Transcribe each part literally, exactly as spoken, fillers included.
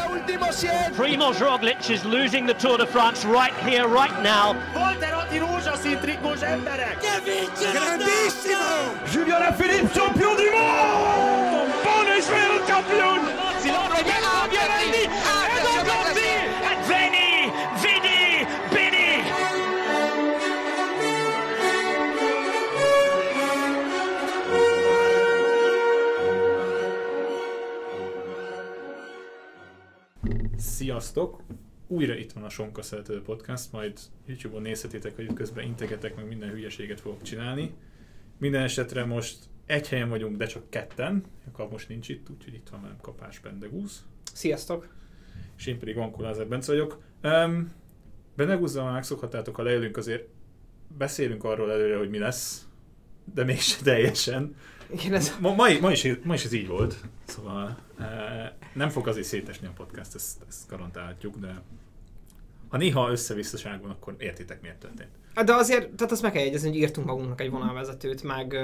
Primož Roglic is losing the Tour de France right here, right now. Walter Atti rózsaszín trikós emberek! Grandissimo! Julien Alaphilippe, champion du monde! Buon Israel champion! Veni, vidi, bini! Sziasztok! Újra itt van a Sonka Szerető Podcast, majd YouTube-on nézhetitek, hogy közben integetek, meg minden hülyeséget fogok csinálni. Minden esetre most egy helyen vagyunk, de csak ketten. Jakab most nincs itt, úgyhogy itt van velem Kapás Bendegúz. Sziasztok! És én pedig Vankó Lázár Bence vagyok. Um, Bendegúzzal megszokhattátok, ha leülünk, azért beszélünk arról előre, hogy mi lesz, de mégse teljesen. Igen, ez... ma, ma, ma, is, ma is ez így volt, szóval uh, nem fog azért szétesni a podcast, ezt, ezt garantálhatjuk, de ha néha összevisszaság van, akkor értitek, miért történt. De azért, tehát azt meg kell jegyezni, hogy írtunk magunknak egy vonalvezetőt, meg,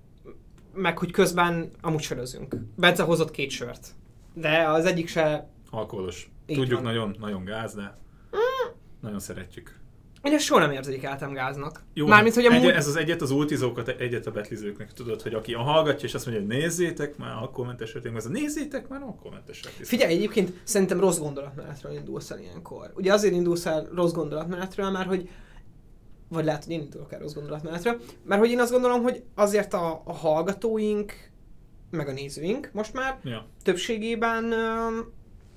meg hogy közben amúgy sörözünk. Bence hozott két sört, de az egyik se... Alkoholos. Így Tudjuk, van. nagyon, nagyon gáz, de mm. nagyon szeretjük. Én ezt soha nem érzékeltem gáznak. Jó, Mármint, hogy amúgy... egy, ez az egyet az ultizókat, egyet a betlizőknek, tudod, hogy aki a hallgatja és azt mondja, hogy nézzétek már alkoholmentes sört, ez a nézzétek már alkoholmentes sört. Figyelj, egyébként szerintem rossz gondolatmenetről indulsz el ilyenkor. Ugye azért indulsz el rossz gondolatmenetről, mert hogy vagy lehet, hogy én indulok el rossz gondolatmenetről, mert hogy én azt gondolom, hogy azért a, a hallgatóink, meg a nézőink most már ja. többségében um,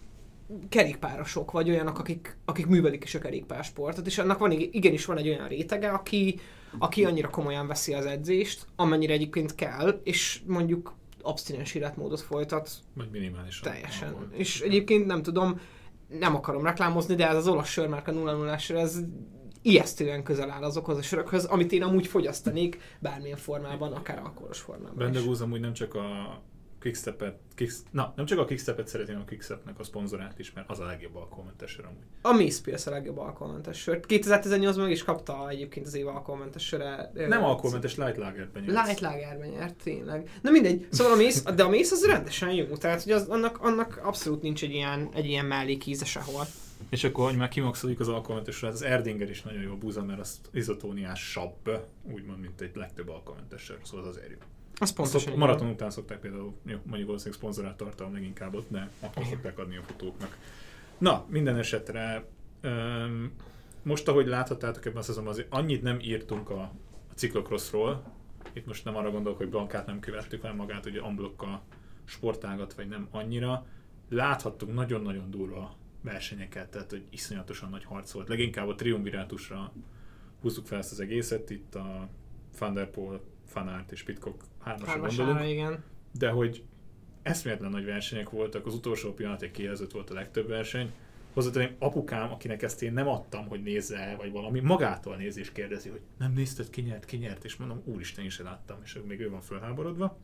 kerékpárosok, vagy olyanok, akik, akik művelik is a kerékpársportot, és annak van, igenis van egy olyan rétege, aki, aki annyira komolyan veszi az edzést, amennyire egyébként kell, és mondjuk abstinens életmódot folytat. Vagy minimálisan. Teljesen. Ahol. És egyébként nem tudom, nem akarom reklámozni, de ez az olasz sörmárka nulla nullás sör, ez ijesztően közel áll azokhoz a sörökhöz, amit én amúgy fogyasztanék bármilyen formában, akár alkoholos formában. Bendegúz amúgy nem csak a Quickstepet, Quick, na, nem csak a Quickstepet szeretném, a Quickstepnek a szponzorát is, mert az a legjobb alkoholmentes sör amúgy. A Mészpilsz a legjobb alkoholmentes sör. kétezer-tizennyolcban meg is kapta egyébként az év alkoholmentes söre. Nem alkoholmentes, light lagerben nyert. Light lagerben nyert, tényleg. Na mindegy, szóval a mész, de a mész az rendesen jó, tehát hogy az, annak, annak abszolút nincs egy ilyen, egy ilyen mellékíze sehol. És akkor, hogy már kimaxoljuk az alkoholmentes sör, az Erdinger is nagyon jó búza, mert az izotóniásabb, úgymond, mint egy legtöbb alkoholmentes sör, szóval az azért jó. Az pontosan. Maraton után szokták például, jó, mondjuk valószínűleg szponzorált tartalom leginkább ott, de akkor szokták adni a futóknak. Na, minden esetre um, most, ahogy láthattátok ebben a szezonban, azért annyit nem írtunk a, a ciklokroszról. Itt most nem arra gondolok, hogy Blankát nem követtük, hanem magát, hogy unblock a sportágat, vagy nem annyira. Láthattunk nagyon-nagyon durva versenyeket, tehát hogy iszonyatosan nagy harc volt. Leginkább a triumvirátusra húzzuk fel ezt az egészet, itt a Van der Poel, Van Aert és Pidcock hármasra gondolunk, igen. de hogy eszméletlen nagy versenyek voltak, az utolsó pillanatig kijelzett volt a legtöbb verseny. Hozzátenném, apukám, akinek ezt én nem adtam, hogy nézze el, vagy valami, magától nézi és kérdezi, hogy nem nézted, ki nyert, ki nyert, és mondom, úristen, én sem láttam, és még ő van fölháborodva.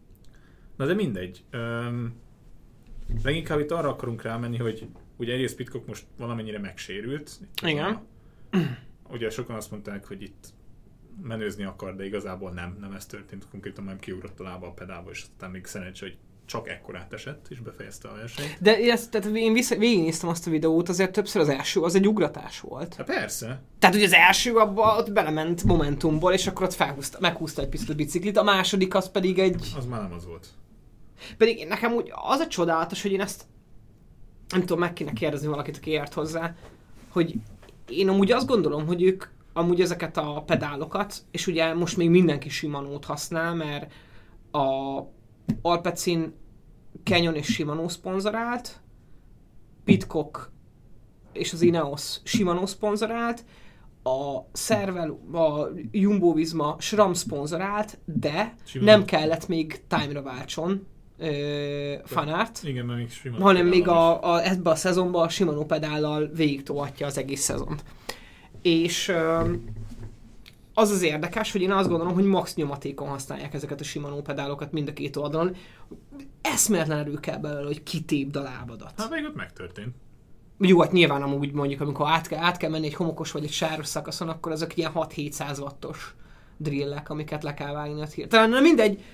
Na de mindegy. Üm, leginkább itt arra akarunk rámenni, hogy ugye egyrészt Pidcock most valamennyire megsérült. Igen. A, ugye sokan azt mondták, hogy itt menőzni akar, de igazából nem, nem ez történt, konkrétan már kiugrott a lába a pedálba, és aztán még szerencsé, hogy csak ekkorát esett, és befejezte a versenyt. De ezt, tehát én vissza, végignéztem azt a videót, azért többször az első, az egy ugratás volt. Hát persze. Tehát ugye az első abba ott belement momentumból, és akkor ott felhúzta, meghúzta egy picit a biciklit, a második az pedig egy... Az már nem az volt. Pedig nekem úgy az a csodálatos, hogy én ezt nem tudom, meg kéne kérdezni valakit, aki ért hozzá, hogy én amúgy azt gondolom, hogy ők amúgy ezeket a pedálokat, és ugye most még mindenki Shimanót használ, mert a Alpecin Canyon és Shimano szponzorált, Pidcock és az Ineos Shimano szponzorált, a Cervel, a Jumbo-Visma SRAM szponzorált, de Shimano. Nem kellett még time-ra váltson Van Aert, igen, mert még Shimano hanem még a, a, ebbe a szezonban a Shimano pedállal végigtolhatja az egész szezont. És az az érdekes, hogy én azt gondolom, hogy max nyomatékon használják ezeket a Shimano pedálokat mind a két oldalon. Eszméletlen erő kell belőle, hogy kitépd a lábadat. Hát még ott megtörtént. Jó, hát nyilván amúgy mondjuk, amikor át kell, át kell menni egy homokos vagy egy sáros szakaszon, akkor azok ilyen hat-hétszáz wattos drillek, amiket le kell vágni. Talán na mindegy,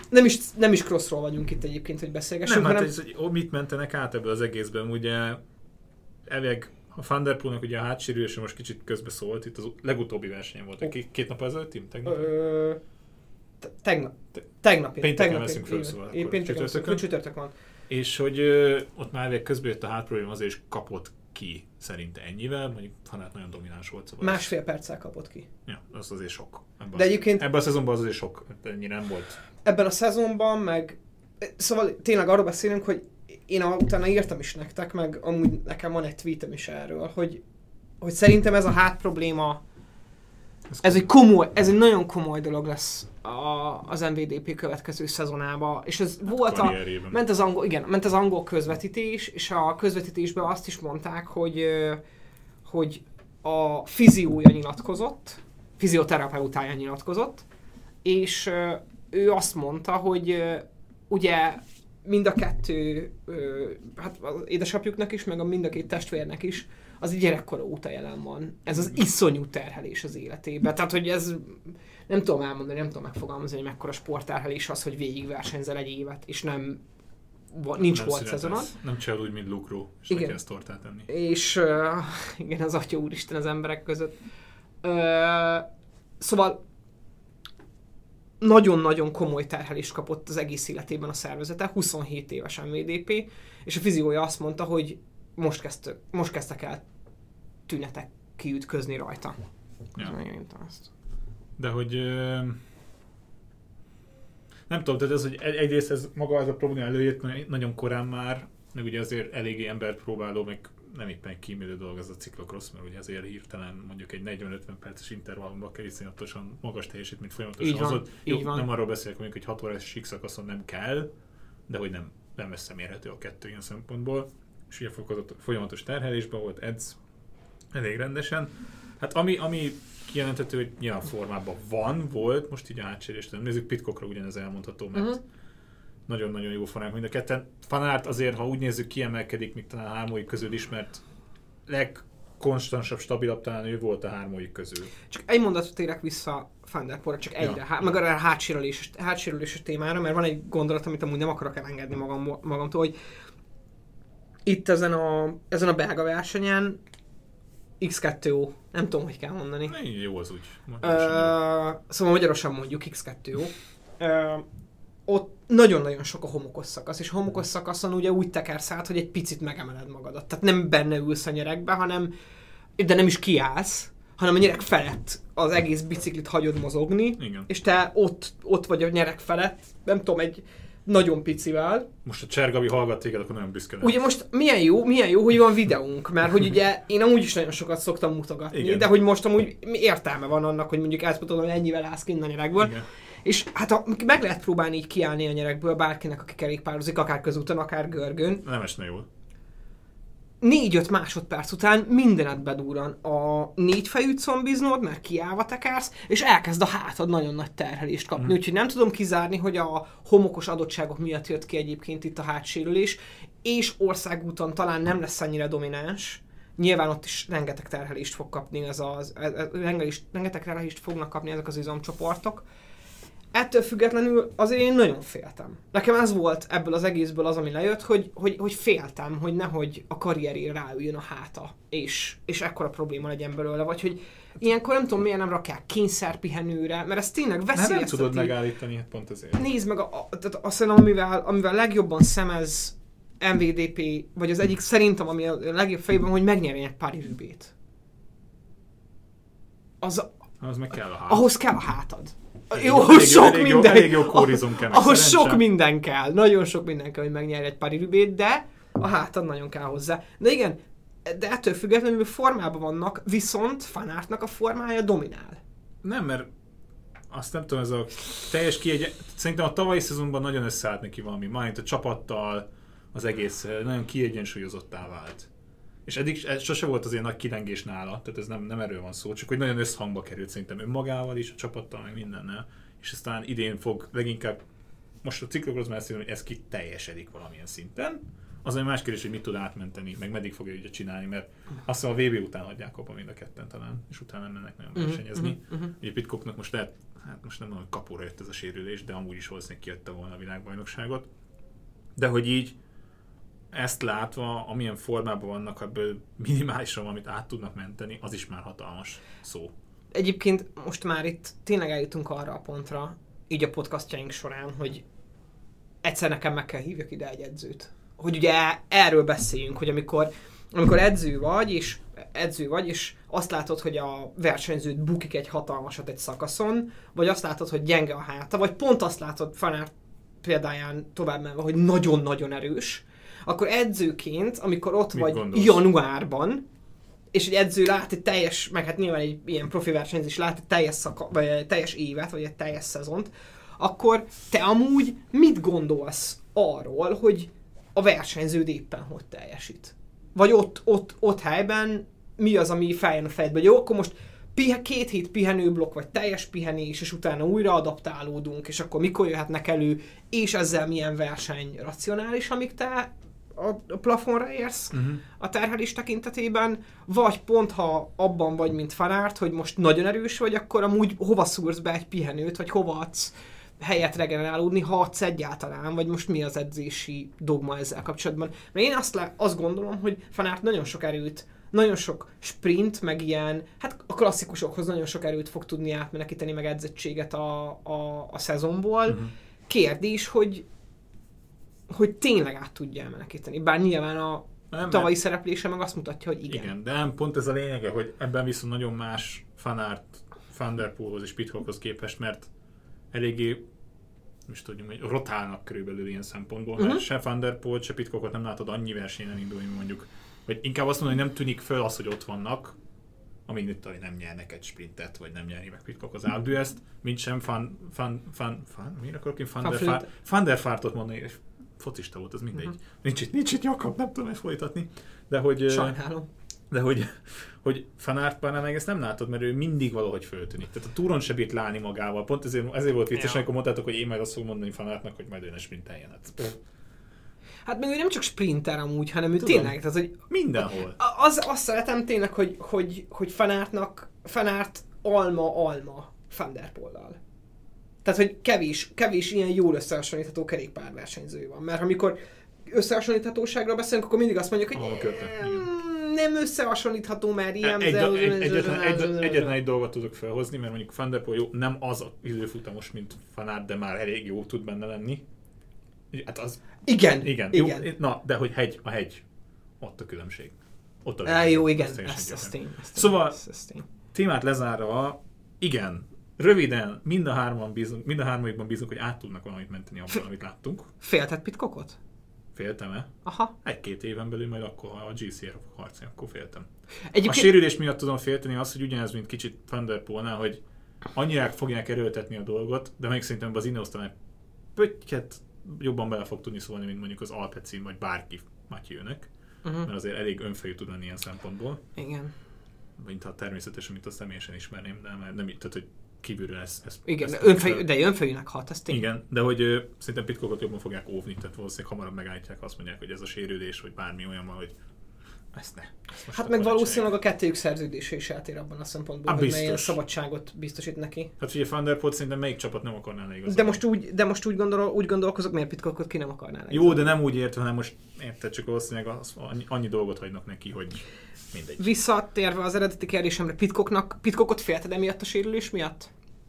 nem is, nem is crossról vagyunk itt egyébként, hogy beszélgessünk, nem, hanem... hát ez, hogy mit mentenek át ebből az egészben, ugye elvileg a Van der Poelnak ugye a hátsérülése most kicsit közbeszólt, itt az legutóbbi versenyen volt, két, két nap ezelőtt, Tim? Tegnap? Ö, tegnap. Tegnap. Pénteken veszünk föl, szóval. Én pénteken veszünk föl, csütörtök van. És hogy ö, ott már elvileg közben jött a hátprobléma, azért is kapott ki szerinte ennyivel, mondjuk Fanart nagyon domináns volt. Szóval másfél perccel kapott ki. Ja, az azért sok. Ebben De az, egyébként... Ebben a szezonban az azért sok, ennyi nem volt. Ebben a szezonban meg... Szóval tényleg arról beszélünk, hogy én a, utána írtam is nektek, meg amúgy nekem van egy tweetem is erről, hogy, hogy szerintem ez a hát probléma, ez, ez egy komoly, ez egy nagyon komoly dolog lesz a, az em vé dé pé következő szezonába, és ez hát volt a, ment az angol, igen, ment az angol közvetítés, és a közvetítésben azt is mondták, hogy, hogy a fiziója nyilatkozott, fizioterapeutája nyilatkozott, és ő azt mondta, hogy ugye mind a kettő, hát az édesapjuknak is, meg a mind a két testvérnek is, az gyerekkora óta jelen van. Ez az iszonyú terhelés az életében. Tehát, hogy ez, nem tudom elmondani, nem tudom megfogalmazni, hogy mekkora sportterhelés az, hogy végigversenyzel egy évet, és nem, nincs nem volt szezonod. Nem csinál úgy, mint Luke Rowe, és igen. neki ezt tortát tenni. És uh, igen, az Atya Úristen az emberek között. Uh, szóval nagyon-nagyon komoly terhelést kapott az egész életében a szervezete, huszonhét éves em vé dé pé, és a fiziója azt mondta, hogy most, kezdtök, most kezdtek el tünetek kiütközni rajta. Ja. De hogy... Nem tudom, tehát ez, hogy egyrészt ez maga ez a probléma előjött nagyon korán már, meg ugye azért eléggé embert próbáló, meg nem éppen kímélő dolog ez a ciklokross, mert ugye azért hirtelen mondjuk egy negyven-ötven perces intervallumban kell iszonyatosan magas teljesítményt folyamatosan hozott. Jó, nem arról beszélek, mondjuk, hogy hat órás síkszakaszon nem kell, de hogy nem, nem összemérhető a kettő ilyen szempontból. És ugye folyamatos terhelésben volt, edz elég rendesen. Hát ami, ami kijelenthető, hogy nyilván formában van, volt, most így a hátsérést nem nézzük, Pitcockra ugyanez elmondható, mert uh-huh. nagyon-nagyon jó fanák mind a ketten. Fanart azért, ha úgy nézzük, kiemelkedik, még talán a hármóik közül is, mert legkonstansabb, stabilabb talán ő volt a hármóik közül. Csak egy mondatot térek vissza Van der Poelre, csak egyre, ja. há- meg a hátsérüléses, hátsérüléses témára, mert van egy gondolat, amit amúgy nem akarok elengedni magam, magamtól, hogy itt ezen a, ezen a belga versenyen iksz kettő ó, nem tudom, hogy kell mondani. Ne, jó az úgy. Uh, szóval magyarosan mondjuk iksz kettő ó. Uh, ott nagyon-nagyon sok a homokos szakasz, és a homokos szakaszon ugye úgy tekersz át, hogy egy picit megemeled magadat. Tehát nem benne ülsz a nyerekbe, hanem, de nem is kiállsz, hanem a nyerek felett az egész biciklit hagyod mozogni, igen. És te ott, ott vagy a nyerek felett, nem tudom, egy nagyon picivel. Most a Csergavi hallgat téged, akkor nagyon büszke. Ugye most milyen jó, milyen jó, hogy van videónk, mert hogy ugye én amúgy is nagyon sokat szoktam mutogatni, igen. De hogy most amúgy értelme van annak, hogy mondjuk ezt mutatod, hogy ennyivel állsz kint a nyerekből. Igen. És hát a, meg lehet próbálni így kiállni a nyerekből bárkinek, aki kerékpározik, akár közúton, akár görgön. Nem esne jól. négy-öt másodperc után mindenet bedúran a négyfejű combiznod, mert kiállva tekersz, és elkezd a hátad nagyon nagy terhelést kapni. Mm. Úgyhogy nem tudom kizárni, hogy a homokos adottságok miatt jött ki egyébként itt a hátsérülés, és országúton talán nem lesz annyira domináns. Nyilván ott is rengeteg terhelést fog kapni, ez az, ez, ez, rengeteg, rengeteg terhelést fognak kapni ezek az izomcsoportok. Ettől függetlenül azért én nagyon féltem. Nekem ez volt ebből az egészből az, ami lejött, hogy, hogy, hogy féltem, hogy nehogy a karrierére ráüljön a háta, és, és ekkora probléma legyen belőle, vagy hogy ilyenkor nem tudom, miért nem rakják kényszerpihenőre, mert ez tényleg veszélyezteti. Nem tudod megállítani, hát pont ezért. Nézd meg, a, a, tehát azt hiszem, amivel, amivel legjobban szemez em vé dé pé, vagy az egyik szerintem, ami a legjobb fejében, hogy megnyerjen egy Paris-Roubaix-t. Az, az meg kell a hátad. Ahhoz kell a hátad. Elég, jó, elég, sok elég, minden. Elég jó kórizom kell. Ahhoz sok minden kell. Nagyon sok minden kell, hogy megnyerj egy Paris-Roubaix-t, de a hátad nagyon kell hozzá. De igen, de ettől függetlenül formában vannak, viszont Van Aertnak a formája dominál. Nem, mert azt nem tudom, ez a teljes kiegyen... Szerintem a tavalyi szezonban nagyon összeállt neki valami. Majd a csapattal az egész nagyon kiegyensúlyozottá vált. És eddig ez sose volt azért nagy kilengés nála, tehát ez nem, nem erről van szó, csak hogy nagyon összhangba került szerintem önmagával is, a csapattal, meg mindennel. És aztán idén fog leginkább, most a ciklokról már szerintem, hogy ez kiteljesedik valamilyen szinten, Az egy más kérdés, hogy mit tud átmenteni, meg meddig fogja ugye csinálni, mert azt hiszem a vé bé után hagyják abba mind a ketten talán, és utána mennek nagyon versenyezni. Uh-huh. Ugye Pidcocknak most lehet, hát most nem tudom, hogy kapóra jött ez a sérülés, de amúgy is valószínűleg kijötte volna a világbajnokságot. De hogy így ezt látva, amilyen formában vannak, ebből minimálisan, amit át tudnak menteni, az is már hatalmas szó. Egyébként most már itt tényleg eljutunk arra a pontra, így a podcastjaink során, hogy egyszer nekem meg kell hívjak ide egy edzőt. Hogy ugye erről beszéljünk, hogy amikor, amikor edző vagy, és edző vagy, és azt látod, hogy a versenyzőt bukik egy hatalmasat egy szakaszon, vagy azt látod, hogy gyenge a háta, vagy pont azt látod Van Aert példáján tovább menve, hogy nagyon-nagyon erős, akkor edzőként, amikor ott Mit vagy gondolsz? januárban, és egy edző lát egy teljes, meg hát nyilván egy ilyen profi versenyzés lát egy teljes, szaka, vagy egy teljes évet, vagy egy teljes szezont, akkor te amúgy mit gondolsz arról, hogy a versenyződ éppen hogy teljesít? Vagy ott, ott, ott helyben mi az, ami feljön a fejedbe? Jó, akkor most pihe, két hét pihenőblokk, vagy teljes pihenés, és utána újra adaptálódunk, és akkor mikor jöhetnek elő, és ezzel milyen verseny racionális, amíg te a, a plafonra érsz uh-huh. a terhelés tekintetében, vagy pont ha abban vagy, mint Van Aert, hogy most nagyon erős vagy, akkor amúgy hova szúrsz be egy pihenőt, vagy hova adsz helyet regenerálódni, ha adsz egyáltalán, vagy most mi az edzési dogma ezzel kapcsolatban. Mert én azt, lá- azt gondolom, hogy Van Aert nagyon sok erőt, nagyon sok sprint, meg ilyen, hát a klasszikusokhoz nagyon sok erőt fog tudni átmenekíteni, meg edzettséget a, a, a szezonból. Uh-huh. Kérdés, hogy hogy tényleg át tudja elmenekíteni. Bár nyilván a nem, tavalyi mert... szereplése meg azt mutatja, hogy igen. Igen, de nem, pont ez a lényege, hogy ebben viszont nagyon más Van Aert, Van der Poelhoz és Pidcockhoz képest, mert eléggé, most tudjuk, hogy rotálnak körülbelül ilyen szempontból, uh-huh. mert se Van der Poel, se Pidcockot nem látod annyi versenyen indulni, mondjuk, vagy inkább azt mondom, hogy nem tűnik föl az, hogy ott vannak, amíg itt, hogy nem nyernek egy sprintet, vagy nem nyerni meg Pidcock az Alpe d'Huez-t, mint sem Van, Van, Van, Van, miért akarok én Van, Van der Vaart, Van der Vaartot mondani, focista volt, az mindegy. Uh-huh. Nincs itt, nincs itt Jakab, nem tudom ezt folytatni. De hogy... Sajnálom. De hogy, hogy Van Aertban meg ezt nem látod, mert ő mindig valahogy föltűnik. Tehát a túron se bírt lálni magával. Pont ezért, ezért volt vicces, ja. amikor mondtátok, hogy én majd azt fogom mondani Van Aertnak, hogy majd ő ne sprinteljen. Hát, hát meg ő nem csak sprinter amúgy, hanem ő Tudom, tényleg. Tehát, hogy mindenhol. Az, azt szeretem tényleg, hogy, hogy, hogy Van Aertnak, Van Aert alma-alma Van der Poellal. Tehát, hogy kevés, kevés ilyen jól összehasonlítható kerékpárversenyző van. Mert amikor összehasonlíthatóságról beszélünk, akkor mindig azt mondjuk, hogy nem összehasonlítható, mert ilyen... Egy, egy, egy, egyetlen, egy, egyetlen egy dolgot tudok felhozni, mert mondjuk Van der Poel jó, nem az az időfutamos, mint Van Aert, de már elég jó tud benne lenni. Hát az... Igen, igen. igen. Jó, na, de hogy hegy, a hegy, ott a különbség. Ott a e, jó, igen, ezt, ezt én. Ezt szóval, ezt, ezt én. témát lezárva, igen, röviden, mind a hárman bízunk, mind a hármaikban bízunk, hogy át tudnak valamit menteni abban, amit láttunk. Féltett Pidcockot? Féltem-e? Aha. Egy-két éven belül majd akkor, ha a gé cé-re fog harcolni, akkor féltem. Egyébként... A sérülés miatt tudom félteni az, hogy ugyanez, mint kicsit Van der Poelnál, hogy annyira fogják erőltetni a dolgot, de még szerintem az Ineos talán pöttyet jobban bele fog tudni szólni, mint mondjuk az Alpecin, vagy bárki Mathieu-nek, uh-huh. mert azért elég önfejű tud lenni ilyen szempontból. Igen. Mint ha természetesen, mint azt személyesen ismerném, de nem, nem tehát, hogy kívülről ez... ez igen, ez önfejű, de önfejűnek hat, ez tény. Igen, de hogy ö, szerintem Pidcockot jobban fogják óvni, tehát valószínűleg hamarabb megállítják, azt mondják, hogy ez a sérülés, vagy bármi olyan van, hogy ezt ne. Ezt hát meg valószínűleg a kettőjük szerződése is eltér abban a szempontból, hogy milyen szabadságot biztosít neki. Hát ugye Van der Poel szerintem melyik csapat nem akarná leigazolni. De most úgy, de most úgy, gondol, úgy gondolkozok, miért Pidcockot ki nem akarná leigazolni. Jó, de nem úgy értve, hanem most érted, csak valószínűleg az, annyi, annyi dolgot hagynak neki, hogy mindegy. Visszatérve az eredeti kérdésemre, Pidcocknak, Pidcockot félted emiatt a sérülés miatt?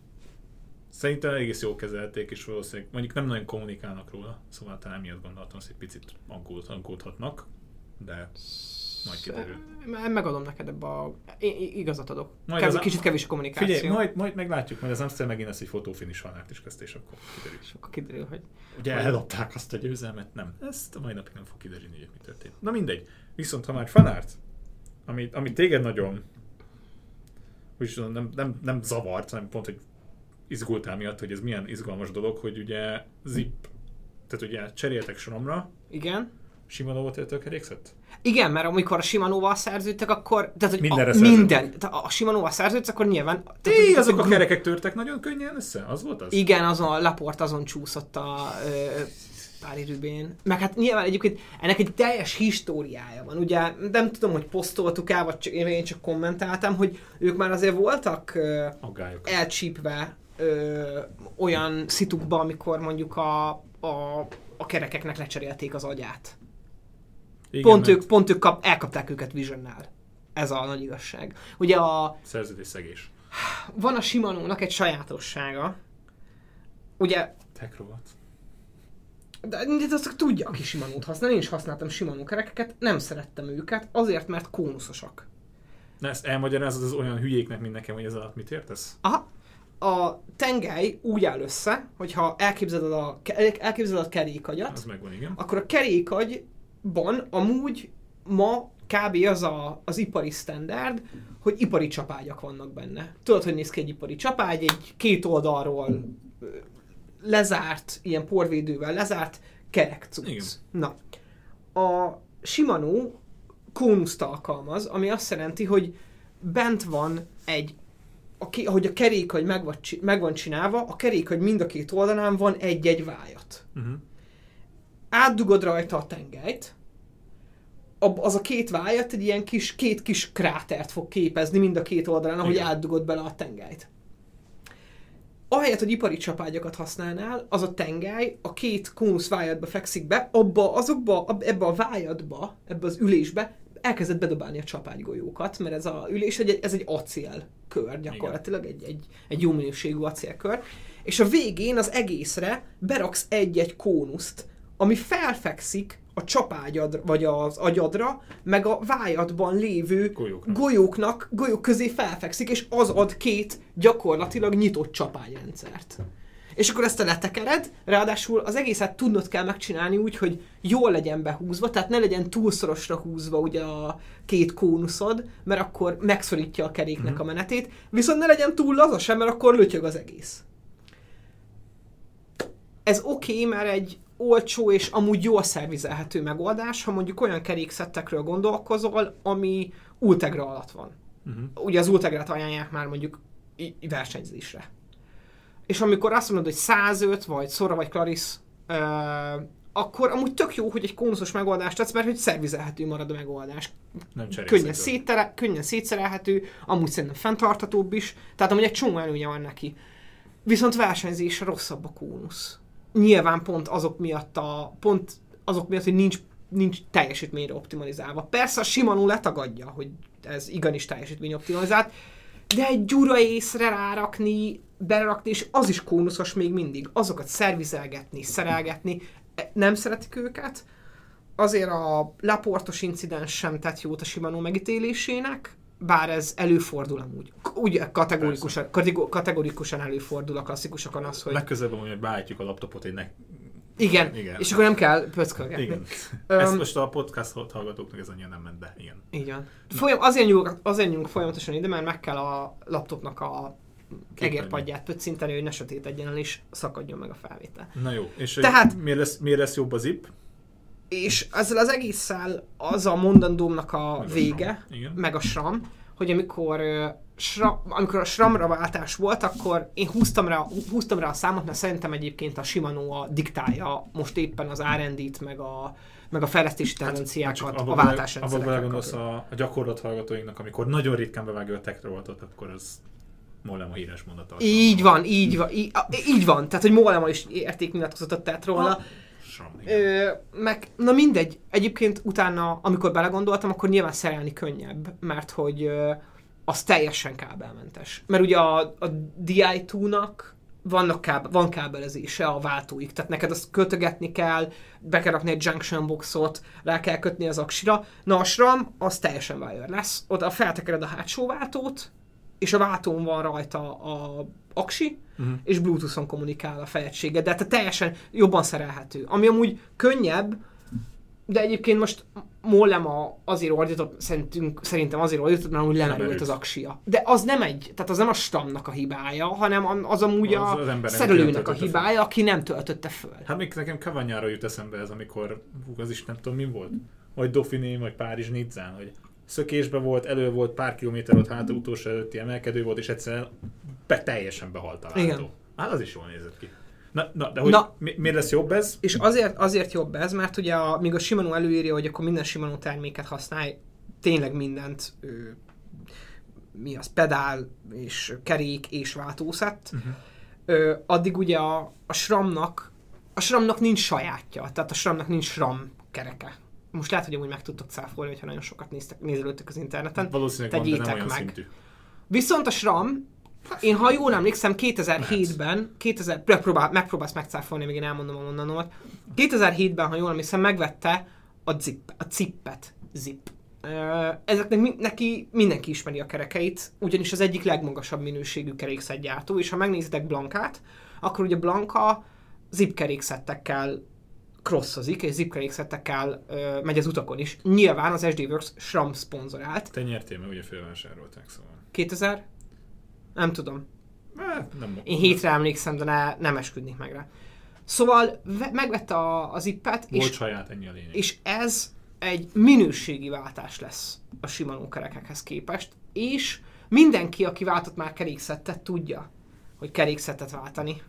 Szerintem egész jól kezelték, és valószínűleg mondjuk nem nagyon kommunikálnak róla, szóval talán emiatt gondoltam, hogy egy picit aggódhatnak, de majd kiderül. Megadom neked ebbe a... igazat adok. Kev... Kicsit kevés a kommunikáció. Figyelj, majd, majd meglátjuk, majd az Amstel megint lesz egy fotófinish Van Aert is kezdte, és akkor kiderül. És akkor kiderül, hogy... Ugye eldobták azt a győzelmet, nem. Ezt a mai napig nem fog kiderülni, hogy mi történt. Na mindegy. Viszont ha már Van Aert, ami, ami téged nagyon... Úgy nem, nem, nem zavart, hanem pont, hogy izgultál miatt, hogy ez milyen izgalmas dolog, hogy ugye zip, tehát ugye cseréltek Stromra. Igen. Shimano-val töltő kerékszet? Igen, mert amikor a Shimano-val szerződtek, akkor... Tehát, hogy mindenre a, minden. Tehát a Shimano-val szerződsz, akkor nyilván... Té, azok a kerekek törtek nagyon könnyen össze? Az volt az? Igen, azon a Laport azon csúszott a... Ö, Paris-Roubaix. Meg hát nyilván egyébként ennek egy teljes históriája van. Ugye nem tudom, hogy posztoltuk el, vagy csak, én csak kommentáltam, hogy ők már azért voltak ö, elcsípve ö, olyan szitukba, amikor mondjuk a, a, a kerekeknek lecserélték az agyát. Igen, pont, ők, pont ők kap, elkapták őket Visionnál. Ez a nagy igazság. Ugye a... szerződésszegés. Van a Shimano-nak egy sajátossága. Ugye... Tekrovat. De, de azt tudja, aki Shimano-t használ. Én is használtam Shimano kerekeket, nem szerettem őket, azért, mert kónuszosak. Na ezt elmagyarázod az olyan hülyéknek, mint nekem, hogy ez alatt mit értesz? Aha. A tengely úgy áll össze, hogyha elképzeled a, elképzeled a kerékagyat, az megvan, igen. Akkor a kerékagyban amúgy ma kb. Az a, az ipari standard, hogy ipari csapágyak vannak benne. Tudod, hogy néz ki egy ipari csapágy, egy két oldalról lezárt, ilyen porvédővel lezárt kerek cucc. Na, a Shimano kónuszt alkalmaz, ami azt jelenti, hogy bent van egy, a, ahogy a kerékagy meg van, meg van csinálva, a kerékagy mind a két oldalán van egy-egy vájat. Uh-huh. Átdugod rajta a tengelyt, az a két vájat egy ilyen kis, két kis krátert fog képezni mind a két oldalán, ahogy igen. Átdugod bele a tengelyt. Ahelyett, hogy ipari csapágyakat használnál, az a tengely a két kónusz vájadba fekszik be, abba, azokba, ebbe a vájadba, ebbe az ülésbe elkezdett bedobálni a csapágygolyókat, mert ez a ülés, egy, ez egy acélkör gyakorlatilag, egy, egy, egy jó minőségű acélkör, és a végén az egészre beraksz egy-egy kónuszt, ami felfekszik a csapágyadra, vagy az agyadra, meg a vájadban lévő golyóknak. golyóknak, golyók közé felfekszik, és az ad két gyakorlatilag nyitott csapágyrendszert. És akkor ezt a letekered, ráadásul az egészet tudnod kell megcsinálni úgy, hogy jól legyen behúzva, tehát ne legyen túl szorosra húzva ugye a két kónuszod, mert akkor megszorítja a keréknek mm-hmm. a menetét, viszont ne legyen túl laza sem, mert akkor lötyög az egész. Ez oké, okay, mert egy olcsó és amúgy jól szervizelhető megoldás, ha mondjuk olyan kerékszettekről gondolkozol, ami Ultegra alatt van. Uh-huh. Ugye az Ultegrát ajánlják már mondjuk versenyzésre. És amikor azt mondod, hogy százöt, vagy Sora, vagy Clarisse, euh, akkor amúgy tök jó, hogy egy kónuszos megoldást adsz, mert hogy szervizelhető marad a megoldás. Nem könnyen, széttere, könnyen szétszerelhető, amúgy szerintem fenntarthatóbb is, tehát amúgy egy csomó előnye van neki. Viszont versenyzésre rosszabb a kónusz. Nyilván pont azok miatt, a, pont azok miatt, hogy nincs, nincs teljesítményre optimalizálva. Persze a Shimano letagadja, hogy ez igenis teljesítmény optimalizált, de egy gyura észre rárakni, belerakni, és az is kónuszos még mindig. Azokat szervizelgetni, szerelgetni, nem szeretik őket. Azért a Laportos incidens sem tett jót a Shimano megítélésének, bár ez előfordul amúgy. Ugye kategorikusan, kategorikusan előfordul a klasszikusokon az, hogy... Legközelebb amúgy beállítjuk a laptopot egy nek... Igen, igen, és akkor nem kell pöckölgetni. Igen. Um, Ezt most a podcast hallgatóknak ez annyira nem ment be, igen. Igen. Folyam, azért nyúlunk, azért nyúlunk folyamatosan ide, mert meg kell a laptopnak a egérpadját pöccinteni, hogy ne sötétedjen el, és szakadjon meg a felvétel. Na jó, és Tehát, miért, lesz, miért lesz jobb a zip? És ezzel az egésszel az a mondandómnak a meg vége, a meg a SRAM, hogy amikor, uh, SRAM, amikor a SRAM-ra váltás volt, akkor én húztam rá, húztam rá a számot, mert szerintem egyébként a Shimano a diktálja most éppen az er and dét, meg a, meg a fejlesztési tendenciákat hát, a váltásrendszerekkel. Abban belegondolsz a, a gyakorlat hallgatóinknak, amikor nagyon ritkán bevágja a techrovatot, akkor az Mollema a híres mondata. Így van, így van, így, így van. Tehát, hogy Mollema is értéknyilatkozatot tett róla. Ha. Ö, meg, na mindegy, egyébként utána, amikor belegondoltam, akkor nyilván szerelni könnyebb, mert hogy ö, az teljesen kábelmentes. Mert ugye a, a dé i kettőnek vannak kábel, van kábelezése a váltóig, tehát neked azt kötögetni kell, be kell rakni egy junction boxot, rá kell kötni az aksira. Na a SRAM, az teljesen wireless. Oda feltekered a hátsó váltót, és a váltón van rajta a aksi, uh-huh. és Bluetooth-on kommunikál a fejegységgel, de hát teljesen jobban szerelhető. Ami amúgy könnyebb, de egyébként most Mollema azért ordított, szerintem azért ordított, mert amúgy lemerült az aksia. De az nem egy, tehát az nem a SRAM-nak a hibája, hanem az amúgy az a az szerelőnek a hibája, fel. Aki nem töltötte föl. Hát még nekem Cavagnaro jut eszembe ez, amikor, hú, az is nem tudom mi volt, vagy Dauphiné, vagy Párizs-Nizzán, hogy szökésbe volt, elő volt, pár kilométer ott hátul utolsó előtti emelkedő volt, és egyszerűen be, teljesen behalt a váltó. Hát az is jól nézett ki. Na, na de hogy na, mi, miért lesz jobb ez? És azért, azért jobb ez, mert ugye a, míg a Shimano előírja, hogy akkor minden Shimano terméket használj, tényleg mindent, ö, mi az, pedál, és kerék, és váltószett, uh-huh. ö, addig ugye a, a SRAM-nak, a SRAM-nak nincs sajátja, tehát a SRAM-nak nincs SRAM kereke. Most lehet, hogy amúgy meg tudtok cáfolni, hogyha nagyon sokat néztek, nézelődtök az interneten. Valószínűleg van, de nem olyan meg. szintű. Viszont a SRAM, én ha jól emlékszem, kétezer-hétben, kétezer, megpróbál, megpróbálsz megcáfolni, még én elmondom a mondanomat. kétezer-hétben, ha jól emlékszem, megvette a zip, a zippet, zip. Ezeknek neki mindenki ismeri a kerekeit, ugyanis az egyik legmagasabb minőségű kerékszedgyártó, és ha megnézitek Blancát, akkor ugye Blanca zip kerékszettekkel crossozik, és zip kerékszettekkel ö, megy az utakon is. Nyilván az es dé Works SRAM szponzorált. Te nyertél, mert ugye fölvásárolták, szóval. kétezer? Nem tudom. Hát, nem Én hétre emlékszem, de ne, nem esküdnék meg rá. Szóval ve, megvette a, a zippet, Volt és, saját, ennyi a lényeg. és ez egy minőségi váltás lesz a Shimano kerekekhez képest, és mindenki, aki váltott már kerékszettet, tudja, hogy kerékszettet váltani.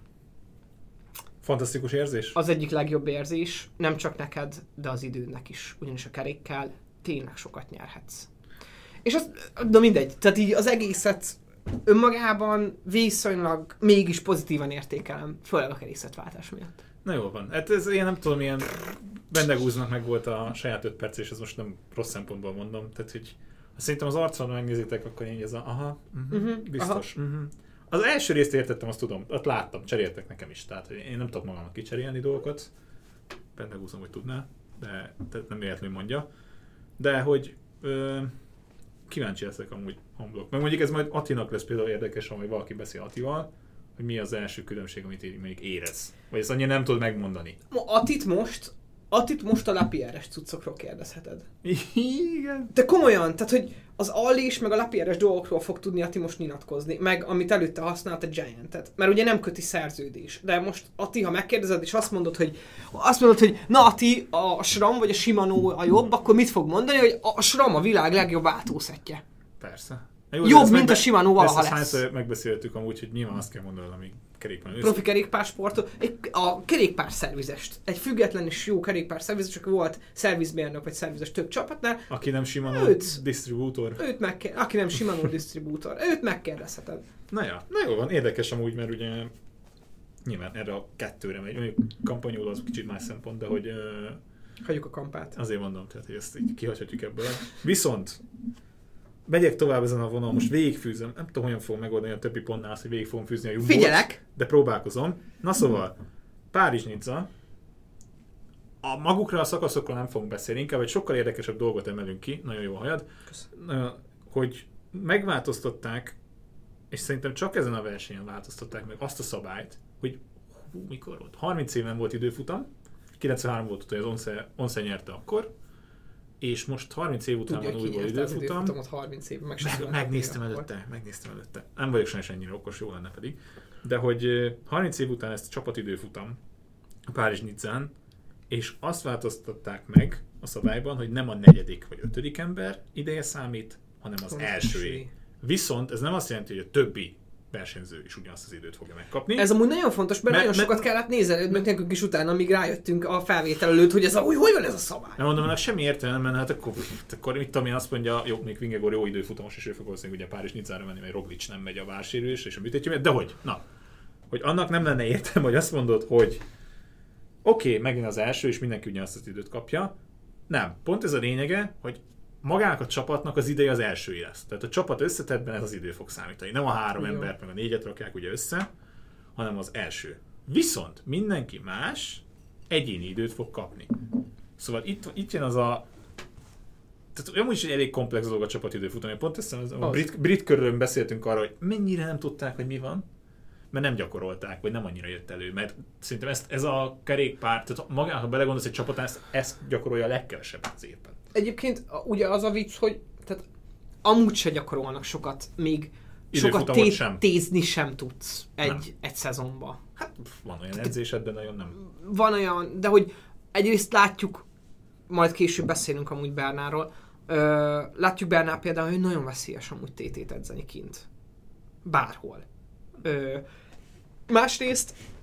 Fantasztikus érzés? Az egyik legjobb érzés, nem csak neked, de az idődnek is, ugyanis a kerékkel tényleg sokat nyerhetsz. És az, de mindegy, tehát így az egészet önmagában viszonylag mégis pozitívan értékelem, főleg a kerékszettváltás miatt. Na jó van. Hát ez ilyen nem tudom, ilyen Bendegúznak meg volt a saját öt perc, és ez most nem rossz szempontból mondom. Tehát, hogy szerintem az arcon megnézitek, akkor így ez a aha, uh-huh, uh-huh, biztos. Uh-huh. Az első részt értettem, azt tudom, ott láttam, cseréltek nekem is. Tehát, hogy én nem tudok magamnak kicserélni dolgokat. Bendegúzom, hogy tudná, de nem véletlenül mondja. De hogy ö, kíváncsi leszek amúgy Honblock. Meg mondjuk ez majd Attinak lesz például érdekes, ha majd valaki beszél Attival, hogy mi az első különbség, amit így mondjuk érez. Vagy ezt annyira nem tudod megmondani. Attit most, Attit most a Lapierre-es cuccokról kérdezheted. Igen. De komolyan, tehát hogy az Allis meg a Lapierre-es dolgokról fog tudni Atti most nyilatkozni, meg amit előtte használt a Giant-et. Mert ugye nem köti szerződés. De most Atti, ha megkérdezed és azt mondod, hogy azt mondod, hogy na Atti, a SRAM vagy a Shimano a jobb, akkor mit fog mondani, hogy a SRAM a világ legjobb váltószettje. Persze. Jó, jobb, mint megbe- a Shimano valaha lesz. Ezt hányszor megbeszéltük amúgy, hogy nyilván azt kell mondanod, ami kerékpár. Profi kerékpársportot, a kerékpár szervizest. Egy független és jó kerékpár szervizes, csak volt szervizmérnök vagy szervizes több csapatnál. Aki nem Shimano őt, disztribútor. Őt megkér, aki nem Shimano disztribútor. Őt megkérdezheted. Na ja, na jó van, érdekes amúgy, mert ugye nyilván erre a kettőre megy. Mondjuk kampanyol az kicsit más szempont, de hogy... Uh, hagyjuk a kampát. Azért mondom, tehát hogy ezt így kihagyhatjuk ebből. Viszont megyek tovább ezen a vonalon, most végigfűzöm, nem tudom, hogyan fogom megoldani a többi pontnál azt, hogy végig fogom fűzni a Jumbo-t. Figyelek! De próbálkozom. Na szóval, Párizs-Nizza. A magukra a szakaszokról nem fogunk beszélni, inkább egy sokkal érdekesebb dolgot emelünk ki, nagyon jó hajad, Köszönöm. hogy megváltoztatták, és szerintem csak ezen a versenyen változtatták meg azt a szabályt, hogy hú, mikor volt? harminc éven volt időfutam, kilencvenhárom volt, hogy az Once, Once nyerte akkor, és most harminc év után van újból időfutam. harminc év, meg meg, megnéztem előtte, megnéztem előtte. Nem vagyok sajnos ennyire okos, jó lenne pedig. De hogy harminc év után ezt a csapatidőfutam a Párizs-Nizzán, és azt változtatták meg a szabályban, hogy nem a negyedik vagy ötödik ember ideje számít, hanem az elsőé. Viszont ez nem azt jelenti, hogy a többi versenyző is ugyanazt az időt fogja megkapni. Ez amúgy nagyon fontos, mert, mert nagyon sokat mert, kellett nézelődnünk nekünk is utána, amíg rájöttünk a felvétel előtt, hogy ez a, hogy, hogy van ez a szabály. Nem mondom, hogy semmi értelme, mert hát akkor, akkor mit tudom én, azt mondja, jó, még Vingegaard jó időfutamos, és ő fog valószínűleg ugye Párizs-Nizzára menni, mert Roglic nem megy a vársérülésre és a műtétjű, de hogy? Na, hogy annak nem lenne értelme, hogy azt mondod, hogy oké, okay, megint az első, és mindenki ugyanazt az időt kapja. Nem, pont ez a lényege, hogy magának a csapatnak az ideje az első lesz. Tehát a csapat összetettben ez az idő fog számítani. Nem a három Jó. embert, meg a négyet rakják ugye össze, hanem az első. Viszont mindenki más egyéni időt fog kapni. Szóval itt, itt jön az a... Tehát amúgy is egy elég komplex dolog a csapatidő futani. Pont ezt a brit, brit körülön beszéltünk arra, hogy mennyire nem tudták, hogy mi van, mert nem gyakorolták, vagy nem annyira jött elő. Mert szerintem ezt, ez a kerékpár, tehát magának, ha belegondolsz, egy csapatán ezt, ezt gyakorolja a legkevesebb az évben. Egyébként ugye az a vicc, hogy tehát amúgy se gyakorolnak sokat, még sokat té- sem. tézni sem tudsz egy, egy szezonba. Hát van olyan edzésed, de nagyon nem. Van olyan, de hogy egyrészt látjuk, majd később beszélünk amúgy Bernáról, ö, látjuk Bernál például, hogy nagyon veszélyes amúgy té tét edzeni kint. Bárhol. Ö, másrészt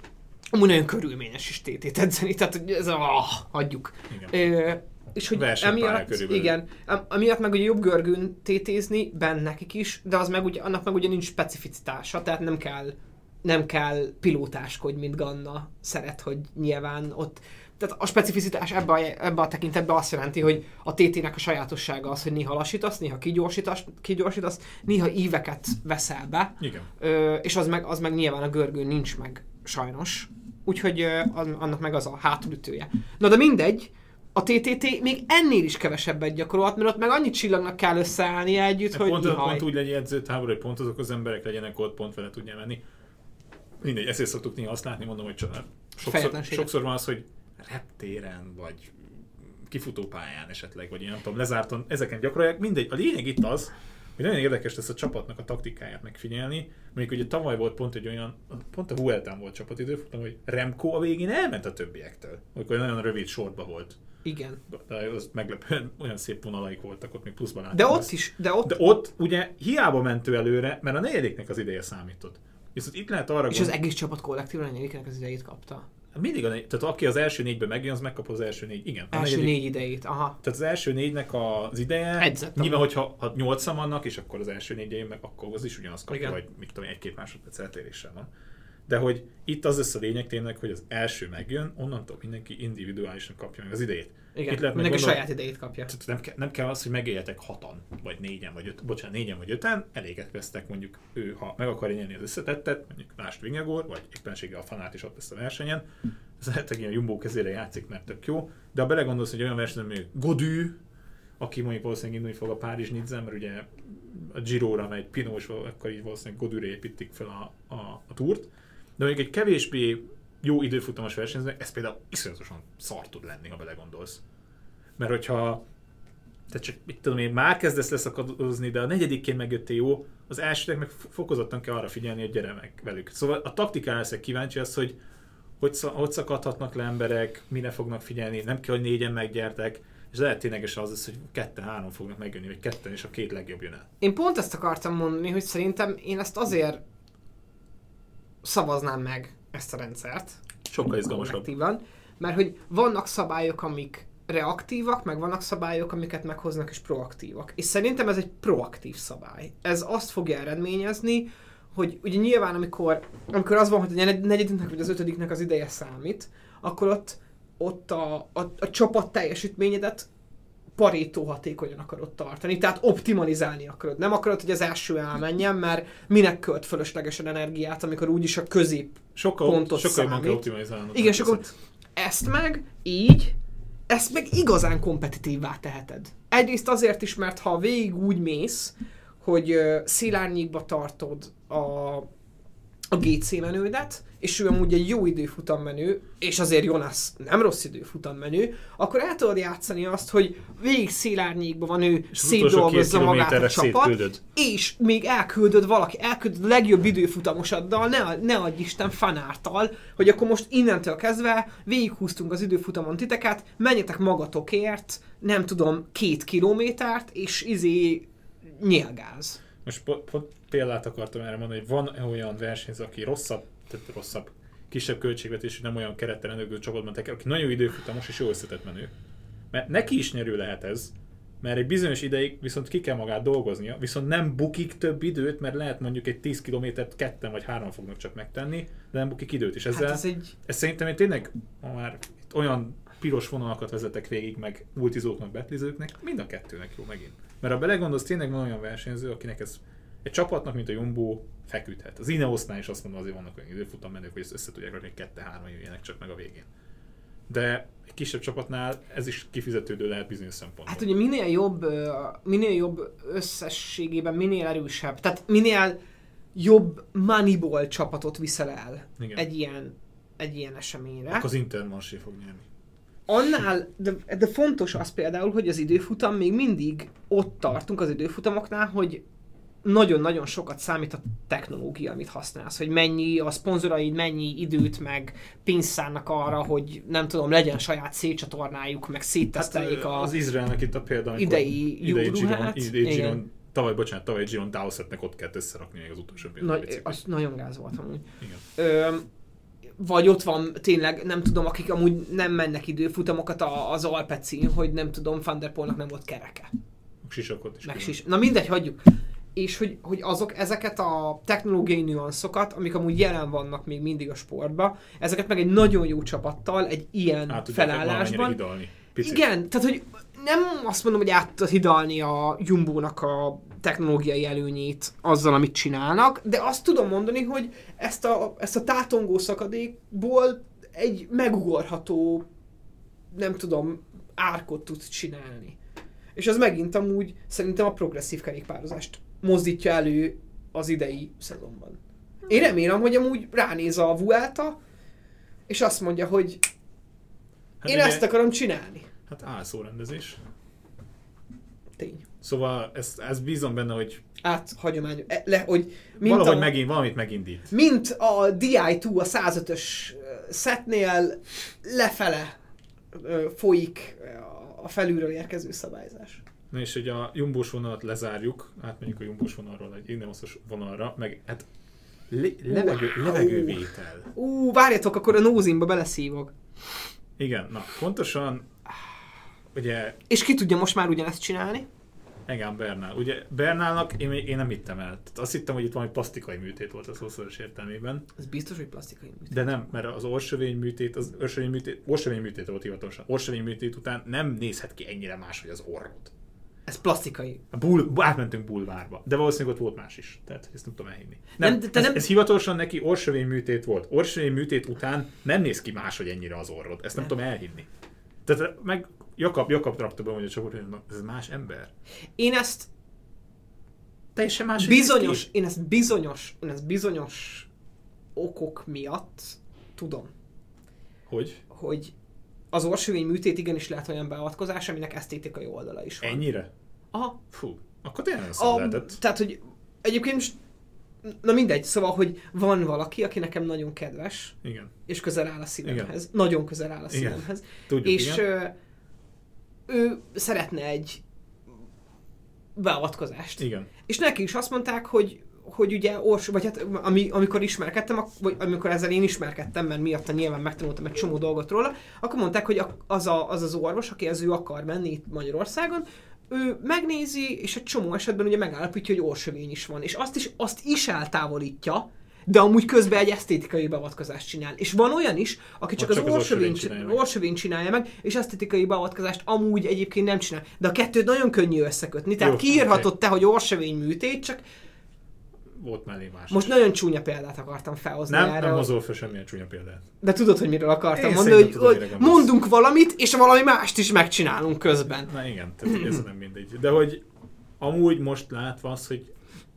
amúgy nagyon körülményes is té tét edzeni, tehát hogy ez a... Ah, hagyjuk. Ö, és hogy emiatt, igen, emiatt meg ugye jobb görgőn tétézni benne nekik is, de az meg ugye, annak meg ugye nincs specificitása, tehát nem kell, nem kell pilótáskodj, mint Ganna szeret, hogy nyilván ott... Tehát a specificitás ebben a, ebbe a tekintetben azt jelenti, hogy a té tének a sajátossága az, hogy néha lassítasz, néha kigyorsítasz, kigyorsítasz néha íveket veszel be, igen. Ö, és az meg, az meg nyilván a görgőn nincs meg sajnos. Úgyhogy ö, annak meg az a hátulütője. Na de mindegy, a té té té még ennél is kevesebbet gyakorolt, mert ott meg annyit csillagnak kell összeállni együtt, hogy pont, ihaj. Pont úgy legyen edzőtábor, hogy pont azok az emberek legyenek ott, pont vele tudja menni. Mindegy, ezért szoktuk néha azt látni, mondom, hogy csak, sokszor, sokszor van az, hogy reptéren, vagy kifutópályán esetleg, vagy én nem tudom, lezártan, ezeken gyakorolják. Mindegy, a lényeg itt az, hogy nagyon érdekes lesz a csapatnak a taktikáját megfigyelni. Mondjuk ugye tavaly volt pont egy olyan, pont a Vueltán volt csapatidőfutam, hogy Remco a végén elment a többiektől, amikor nagyon rövid sorba volt. Igen. De az meglepően olyan szép vonalaik voltak, ott még pluszban láttam. De ott ezt. is, de ott... De ott ugye hiába ment ő előre, mert a negyediknek az ideje számított. Viszont itt lehet arra És gond... az egész csapat kollektívan a negyediknek az idejét kapta. Mindig a negy... Tehát aki az első négyben megjön, az megkapja az első négy. Igen. Első negyedik... négy idejét, aha. Tehát az első négynek az ideje, Edzettem. nyilván, hogyha ha nyolcan vannak, és akkor az első négy jön meg, akkor az is ugyanazt kapja, igen. vagy mit tudom, egy-két másodperc eltéréssel van. De hogy itt az lesz a lényeg tényleg, hogy az első megjön, onnantól mindenki individuálisan kapja meg az idejét. Igen, itt lehet mindenki gondol... saját idejét kapja. Nem, ke- nem kell az, hogy megéljetek hatan, vagy négyen, vagy öt, bocsánat, négyen vagy öten, eléget vesztek mondjuk ő, ha meg akarja nyerni az összetettet, mondjuk lásd Vingegaard, vagy éppenséggel a Fanát is ott lesz a versenyen, ez lehetőleg ilyen Jumbo kezére játszik, mert tök jó, de ha belegondolsz, hogy olyan versenyen, mondjuk Godű, aki mondjuk valószínűleg indulni fog a Párizs-Nizzen, mert ugye a Giróra megy Pinot, akkor így valószínűleg Godűre építik fel a, a, a túrt, de mondjuk egy kevésbé jó időfutamos versenyző, ez például iszonyatosan szar tud lenni, ha belegondolsz. Mert hogyha te csak, mit tudom én, már kezdesz leszakadozni, de a negyedikén megjöttél jó, az elsőnek meg fokozottan kell arra figyelni, hogy gyere meg velük. Szóval a taktikára leszek kíváncsi az, hogy hogy, hogy szakadhatnak le emberek, mire fognak figyelni, nem kell, hogy négyen meggyertek, és lehet ténylegesen az lesz, hogy ketten-három fognak megjönni, vagy ketten, és a két legjobb jön el. Én pont ezt akartam mondani, hogy szerintem én ezt azért szavaznám meg, ezt a rendszert. Sokkal izgalmasabb. Mert hogy vannak szabályok, amik reaktívak, meg vannak szabályok, amiket meghoznak és proaktívak. És szerintem ez egy proaktív szabály. Ez azt fogja eredményezni, hogy ugye nyilván amikor, amikor az van, hogy a negyediknek vagy az ötödiknek az ideje számít, akkor ott, ott a, a, a csapat teljesítményedet Pareto hatékonyan akarod tartani, tehát optimalizálni akarod. Nem akarod, hogy az első elmenjen, mert minek költ fölöslegesen energiát, amikor úgyis a közép sokkal, pontot sokkal számít. Sokkal kell optimalizálnod. Igen, és akkor ezt meg így, ezt meg igazán kompetitívvá teheted. Egyrészt azért is, mert ha végig úgy mész, hogy uh, szélárnyékba tartod a, a gé cé menődet, és ő amúgy egy jó időfutam menő, és azért Jonas nem rossz időfutam menő, akkor el tudod játszani azt, hogy végig szélárnyékban van ő, szétdolgozza magát a csapat, szétküldöd. És még elküldöd valaki, elküldöd a legjobb időfutamosaddal, ne, ne adj Isten Fanárttal, hogy akkor most innentől kezdve végighúztunk az időfutamon titeket, menjetek magatokért, nem tudom, két kilométert, és izé nyilgáz. Most pont, pont példát akartam erre mondani, hogy van olyan versenyző, aki rosszabb, tehát rosszabb, kisebb költségvetésű, nem olyan kerettel rendelkező csapatban teker, aki nagyon időfutamos és jó összetett menő. Mert neki is nyerő lehet ez, mert egy bizonyos ideig viszont ki kell magát dolgoznia, viszont nem bukik több időt, mert lehet mondjuk egy tíz kilométert ketten vagy hárman fognak csak megtenni, de nem bukik időt. És ezzel, hát ez, egy... ez szerintem én tényleg ma már itt olyan piros vonalakat vezetek végig, meg multizóknak, betlizőknek, mind a kettőnek jó megint. Mert ha belegondolsz, tényleg van olyan versenyző, akinek ez egy csapatnak, mint a Jumbo, feküdhet. Az Ineosnál is azt mondom, azért vannak olyan időfutam menők, hogy ezt össze tudják rakni, hogy kettő-hárman jöjjenek csak meg a végén. De egy kisebb csapatnál ez is kifizetődő lehet bizonyos szempontból. Hát ugye minél jobb, minél jobb összességében, minél erősebb, tehát minél jobb Moneyball csapatot viszel el egy ilyen, egy ilyen eseményre. Akkor az Intermarché fog nyerni. Annál, de, de fontos az például, hogy az időfutam még mindig ott tartunk az időfutamoknál, hogy nagyon-nagyon sokat számít a technológia, amit használsz, hogy mennyi a szponzoraid, mennyi időt meg pénzt szánnak arra, hogy nem tudom, legyen saját szétcsatornájuk, meg szétteszteljék hát, a az Izraelnek itt a példa, idei jó ruhát. Idei Giron, tavaly, bocsánat, tavaly Giron Dowsettnek ott kellett összerakni még az utolsó Na, az nagyon gáz volt amúgy. Igen. Ö, vagy ott van tényleg, nem tudom, akik amúgy nem mennek időfutamokat az Alpecin, hogy nem tudom, Van der Poelnak nem volt kereke. Sisakot is. Meg sis- Na mindegy, hagyjuk. És hogy, hogy azok, ezeket a technológiai nüanszokat, amik amúgy jelen vannak még mindig a sportban, ezeket meg egy nagyon jó csapattal, egy ilyen át felállásban. Igen, tehát hogy nem azt mondom, hogy át tudod hidalni a Jumbo-nak a technológiai előnyét azzal, amit csinálnak, de azt tudom mondani, hogy ezt a, ezt a tátongó szakadékból egy megugorható, nem tudom, árkot tud csinálni. És az megint amúgy szerintem a progresszív kerékpározást mozdítja elő az idei szezonban. Én remélem, hogy amúgy ránéz a Vuelta, és azt mondja, hogy hát én ugye, ezt akarom csinálni. Hát álszórendezés. Tény. Szóval ez, ez bízom benne, hogy áthagyomány, le, hogy mint valahogy a, megint, valamit megindít. Mint a dé i kettő a százötös szetnél lefele folyik a felülről érkező szabályzás. Na és hogy a jumbós vonalat lezárjuk, átmenjünk a jumbós vonalról egy Ineosos vonalra, meg hát le- levegő, wow. levegővétel. Ú, várjatok, akkor a nózimba beleszívok. Igen, na pontosan, ugye... És ki tudja most már ugyanezt csinálni? Egan Bernal. Ugye Bernalnak én, én nem hittem el. Tehát azt hittem, hogy itt valami plastikai műtét volt a szószoros értelmében. Ez biztos, hogy plastikai műtét. De nem, mert az orsövény műtét, az orsövény műtét, orsövény műtét volt hivatalosan. Orsövény műtét után nem nézhet ki ennyire más, hogy az orrod. Ez plastikai. Bul, átmentünk bulvárba, de valószínűleg ott volt más is. Tehát ezt nem tudom elhinni. Nem, nem, de ez, nem... ez hivatalosan neki orsövény műtét volt. Orsövény műtét után nem néz ki más, hogy ennyire az orrod. Ezt nem, nem. tudom elhinni. Tehát meg Jakab, Jakab trapta be, hogy a csoport, hogy ez más ember. Én ezt teljesen más bizonyos, én ezt bizonyos, én ezt bizonyos okok miatt tudom. Hogy? Hogy az orsövény műtét igenis lehet olyan beavatkozás, aminek esztétikai oldala is van. Ennyire? Aha. Fú, akkor tényleg szó lehetett. Tehát, hogy egyébként most, na mindegy, szóval, hogy van valaki, aki nekem nagyon kedves, igen. és közel áll a szívemhez. Igen. Nagyon közel áll a szívemhez. Tudjuk, és igen. ő szeretne egy beavatkozást. Igen. És neki is azt mondták, hogy hogy ugye ors, vagy hát ami, amikor ismerkedtem, vagy amikor ezzel én ismerkedtem, mert miatt nyilván megtanultam egy csomó dolgot róla, akkor mondták, hogy az a, az, az orvos, aki ez ő akar menni itt Magyarországon, ő megnézi, és egy csomó esetben ugye megállapítja, hogy orsövény is van. És azt is, azt is eltávolítja, de amúgy közben egy esztétikai beavatkozást csinál. És van olyan is, aki csak, csak az, az orsövényt csinálja, orsövény csinálja meg, és esztétikai beavatkozást amúgy egyébként nem csinál. De a kettőt nagyon könnyű összekötni. Tehát kiírhatod okay. te, hogy orsövény műtét, csak volt mellé más. Most nagyon csúnya példát akartam felhozni nem, erre. Nem hozol fel semmilyen csúnya példát. De tudod, hogy miről akartam Én mondani, hogy, tudom, hogy mondunk valamit, és valami mást is megcsinálunk közben. Na igen, tehát ez nem mindegy. De hogy amúgy most látva az, hogy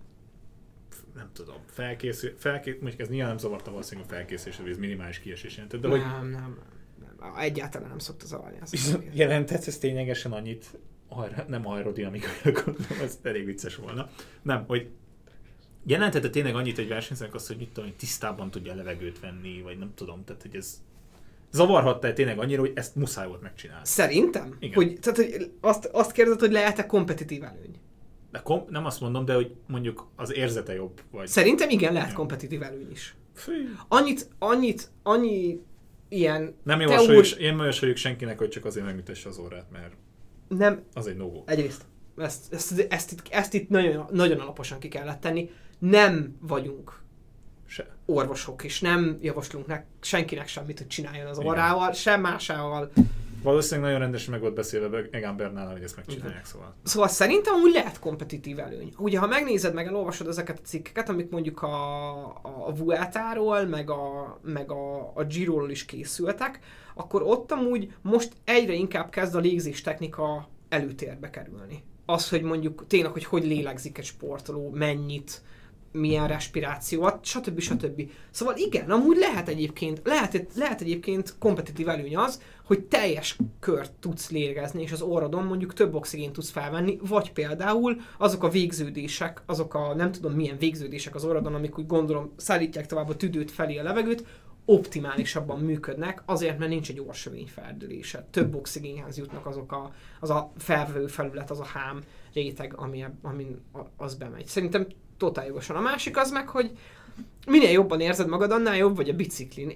nem tudom, felkészül, felkészül mondjuk ez nyilván nem zavarta valószínűleg a felkészülésre, ez minimális kiesés jelentett, de nem, hogy... Nem, nem, nem, egyáltalán nem szokta zavarni. Jelentett ez ténylegesen annyit, arra, nem aerodinamikailag gondolom, ez elég vicces volna. Nem, hogy jelentette tényleg annyit egy versenyzőnek azt, hogy mit tudom, hogy tisztában tudja a levegőt venni, vagy nem tudom, tehát hogy ez zavarhatta tényleg annyira, hogy ezt muszáj volt megcsinálni. Szerintem? Igen. Hogy, tehát, hogy azt, azt kérdezed, hogy lehet-e kompetitív előny? De kom- nem azt mondom, de hogy mondjuk az érzete jobb. Vagy... Szerintem igen, lehet ja. kompetitív előny is. Fű. Annyit, annyit, annyi ilyen nem javasoljuk, teóri... én javasoljuk senkinek, hogy csak azért megmutassa az órát, mert nem. Az egy no-go. Egyrészt. Ezt, ezt, ezt, ezt, itt, ezt itt nagyon, nagyon alaposan ki kellett tenni. Nem vagyunk se. orvosok, és nem javaslunk nek, senkinek semmit, hogy csináljon az orrával, sem másával. Valószínűleg nagyon rendesen meg volt beszélve Egan Bernal, hogy ezt megcsinálják, szóval. Szóval szerintem úgy lehet kompetitív előny. Ugye, ha megnézed, meg elolvasod ezeket a cikkeket, amik mondjuk a, a Vueltáról, meg a, meg a, a Giroról is készültek, akkor ott amúgy most egyre inkább kezd a légzés technika előtérbe kerülni. Az, hogy mondjuk tényleg, hogy hogy lélegzik egy sportoló, mennyit, milyen respirációt, stb. stb. Szóval igen, amúgy lehet egyébként, lehet, lehet egyébként kompetitív előny az, hogy teljes kört tudsz lélegezni, és az orrodon mondjuk több oxigént tudsz felvenni, vagy például azok a végződések, azok a nem tudom milyen végződések az orrodon, amik úgy gondolom szállítják tovább a tüdőt felé a levegőt, optimálisabban működnek, azért, mert nincs egy orsövény feldülése. Több oxigénhez jutnak azok a, az a felvevő felület, az a hám réteg, ami, amin az bemegy. Szerintem totál jogosan. A másik az meg, hogy minél jobban érzed magad, annál jobb vagy a biciklin. És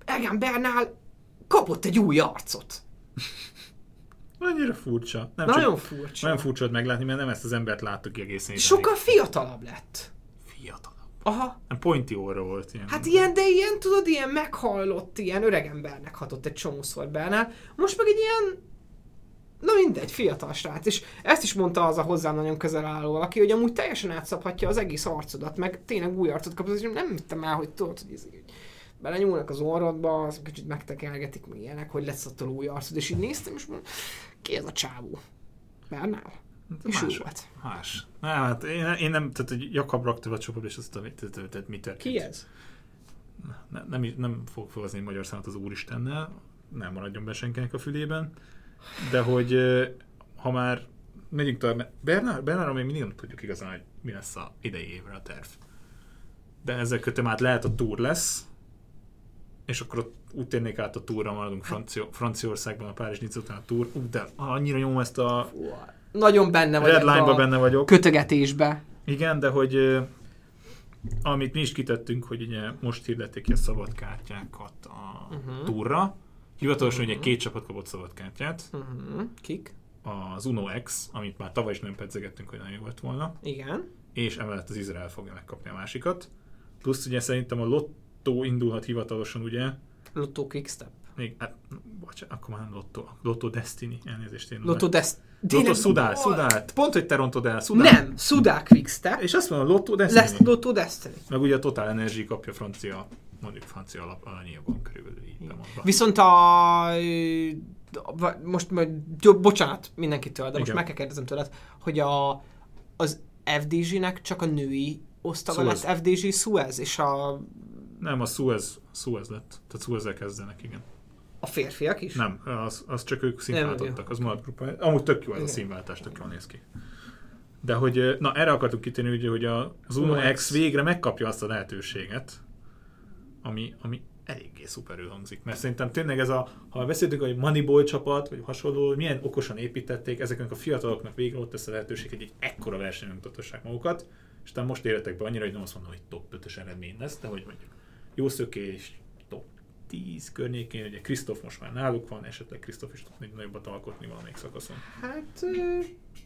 Egan Bernal kapott egy új arcot. Annyira furcsa. Nem Nagyon csak, furcsa. Nagyon furcsa volt meglátni, mert nem ezt az embert láttuk ki egészen idáig. Sokkal fiatalabb lett. Fiatalabb. Aha. Nem pointy óra volt ilyen. Hát ilyen, de ilyen, tudod, ilyen meghallott, ilyen öregembernek hatott egy csomószor Bernal. Most meg egy ilyen, na mindegy, fiatal srác. És ezt is mondta az a hozzám nagyon közel álló valaki, hogy amúgy teljesen átszabhatja az egész arcodat, meg tényleg új arcot kapott, és nem hittem el, hogy tudod, hogy ez így belenyúlnak az orrodba, az kicsit megtekergetik, meg ilyenek, hogy lesz attól új arcod, és így néztem, és mondom, ki ez a csávó? Bernal? És más, úgy volt. Más. Nem, hát én, én nem, tehát hogy Jakab rakta a csoportba, és azt a, tehát mi történt. Ki ez? Nem, nem, nem fog fogazni magyar számot az Úristennel, nem maradjon be senkinek a fülében, de hogy ha már megyünk tovább, Bernal, Bernalról még mindig nem tudjuk igazán, hogy mi lesz a idei évre a terv. De ezzel kötöm át lehet a túr lesz, és akkor ott úgy térnék át a túrra, maradunk Franci- Franciaországban, a Párizs-Nice után a túr. Uh, de annyira nyom ezt a nagyon benne vagyok. Red Line-ba benne vagyok. Kötögetésbe. Igen, de hogy uh, amit mi is kitettünk, hogy ugye most hirdették ki a szabadkártyákat a uh-huh. túrra. Hivatalosan uh-huh. ugye két csapat kapott szabadkártyát. Uh-huh. Kik? Az Uno X, amit már tavaly is nem pedzegettünk, hogy nagyon jó volt volna. Igen. És emellett az Izrael fogja megkapni a másikat. Plusz ugye szerintem a Lotto indulhat hivatalosan, ugye? Lotto Quickstep. Még, hát, bocsánat, akkor már nem Lotto. Lotto Destiny, elnézést én. Lotto Destiny. Lotto Sudal, Sudal. Pont, hogy te rontod el. Sudal. Nem, Sudal Quickstep. És azt mondom, Lotto Destiny. Lesz Lotto Destiny. Meg ugye a Total Energy kapja francia, mondjuk francia alap, alanyiagon körülbelül így bemondva. Viszont a... Most majd, bocsánat mindenkitől, de igen. Most meg kell kérdezem tőled, hogy a, az ef dé gé-nek csak a női osztaga lett ef dé gé Suez, és a... Nem, a Suez, Suez lett. Tehát Suez-el kezdenek, igen. A férfiak is? Nem, az, az csak ők színváltottak, az Monat Grupa. Amúgy tök jó ez igen. A színváltás, tök jól néz ki. De hogy, na erre akartuk kitérni, ugye, hogy az Uno X végre megkapja azt a lehetőséget, ami, ami eléggé szuperül hangzik. Mert szerintem tényleg ez a, ha beszéltünk, hogy Moneyball csapat, vagy hasonló, hogy milyen okosan építették, ezeknek a fiataloknak végre ott lesz a lehetőség, hogy egy ekkora versenyen mutassák magukat, és talán most éretek be annyira, hogy nem azt mondom, hogy top ötös eredmény lesz, de hogy mondjuk jó szökés, top tíz környékén, ugye Krisztof most már náluk van, esetleg Krisztof is tud nagyobbat alkotni valamelyik szakaszon. Hát euh,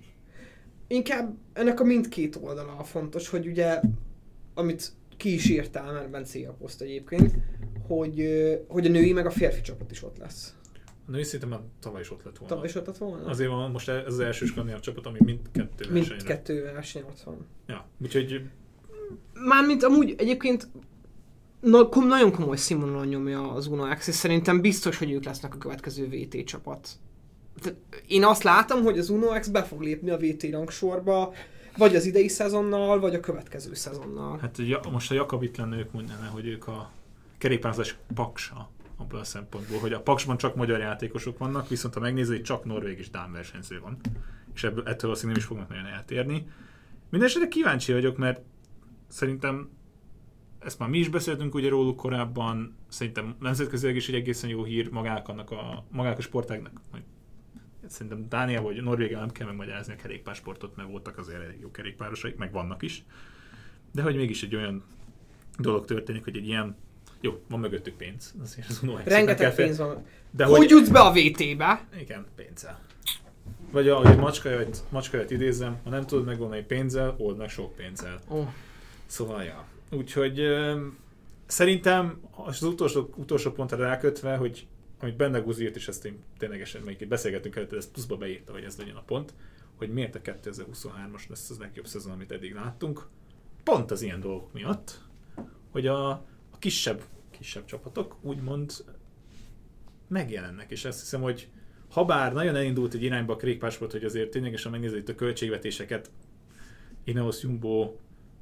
inkább ennek a mindkét oldala a fontos, hogy ugye, amit ki is írtál, mert Bence a poszt egyébként, hogy, hogy a női meg a férfi csapat is ott lesz. A női szerintem már tavaly is ott lett volna. Tavaly is ott lett volna? Azért van most ez az első skandináv csapat, ami mindkettő versenyre. Mindkettő versenyen ott van. Ja, úgyhogy... Mármint amúgy egyébként na, kom, nagyon komoly színvonalon nyomja az Uno X, és szerintem biztos, hogy ők lesznek a következő vé té csapat. Tehát én azt látom, hogy az Uno X be fog lépni a vé té rangsorba, vagy az idei szezonnal, vagy a következő szezonnal. Hát most a Jakab itt lenne, ők mondaná, hogy ők a kerékpározás paksa abban a szempontból, hogy a paksban csak magyar játékosok vannak, viszont ha megnézed, hogy csak norvég és dán versenyző van. És ebből, ettől azt nem is fognak nagyon eltérni. Mindenesetre kíváncsi vagyok, mert szerintem ezt már mi is beszéltünk ugye róluk korábban, szerintem nemzetközileg is egy egészen jó hír magának, annak a, magának a sportágnak. Szerintem Dánia vagy Norvégia nem kell megmagyarázni a kerékpársportot, mert voltak azért elég jó kerékpárosaik, meg vannak is. De hogy mégis egy olyan dolog történik, hogy egy ilyen, jó, van mögöttük pénz. Azért az Uno X rengeteg pénz van. De hogy, hogy jutsz be a vé té-be? Igen, pénzzel. Vagy ahogy macskajat, macskajat idézem, ha nem tudod megoldani pénzzel, old meg sok pénzzel. Oh. Szóval, ja. Úgyhogy euh, szerintem az utolsó, utolsó pontra rákötve, hogy amit Benne Guzi írt, és ezt én ténylegesen, melyik itt beszélgettünk előtt, ezt pluszba beírta, hogy ez legyen a pont, hogy miért a kétezer-huszonhármas lesz az legjobb szezon, amit eddig láttunk. Pont az ilyen dolgok miatt, hogy a, a kisebb, kisebb csapatok úgymond megjelennek, és azt hiszem, hogy ha bár nagyon elindult egy irányba a kerékpársport, hogy azért ténylegesen megnézed itt a költségvetéseket, Ineos, Jumbo,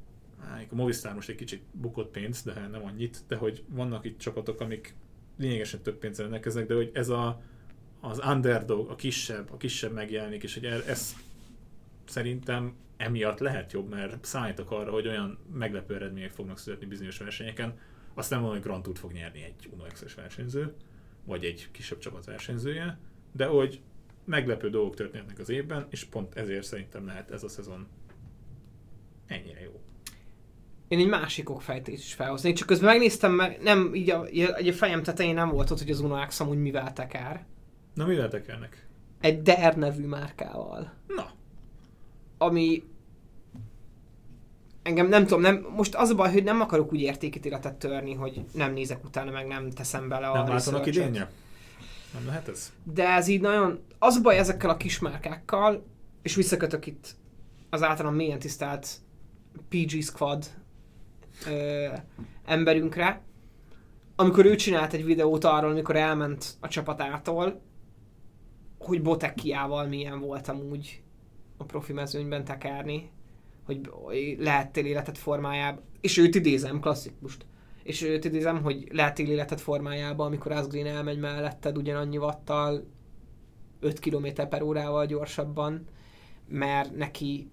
a Movistar most egy kicsit bukott pénz, de nem annyit, de hogy vannak itt csapatok, amik lényegesen több pénzzel rendelkeznek, de hogy ez a, az underdog, a kisebb, a kisebb megjelenik, és hogy ez szerintem emiatt lehet jobb, mert számítok arra, hogy olyan meglepő eredmények fognak születni bizonyos versenyeken. Azt nem mondom, hogy Grand Tourt fog nyerni egy Uno X-es versenyző, vagy egy kisebb csapat versenyzője, de hogy meglepő dolgok történnek az évben, és pont ezért szerintem lehet ez a szezon ennyire jó. én egy másik okfejtést is felhoznék, csak közben megnéztem, meg nem, így a, így a fejem tetején nem volt ott, hogy az Uno X amúgy mivel teker. Na, mivel tekernek? Egy D E R nevű márkával. Na. Ami engem nem tudom, nem, most az a baj, hogy nem akarok úgy értékítéletet törni, hogy nem nézek utána, meg nem teszem bele a Nem látanak research-et. idénje? Nem lehet ez? De ez így nagyon, az a baj ezekkel a kismárkákkal, és visszakötök itt az általán mélyen tisztelt pé gé Squad ö, emberünkre, amikor ő csinált egy videót arról, amikor elment a csapatától, hogy Botekiával milyen volt amúgy a profi mezőnyben tekerni, hogy lehettél életed formájában, és őt idézem, klasszikust, és őt idézem, hogy lehettél életed formájában, amikor Asgreen elmegy melletted ugyanannyi wattal, öt kilométer per órával gyorsabban, mert neki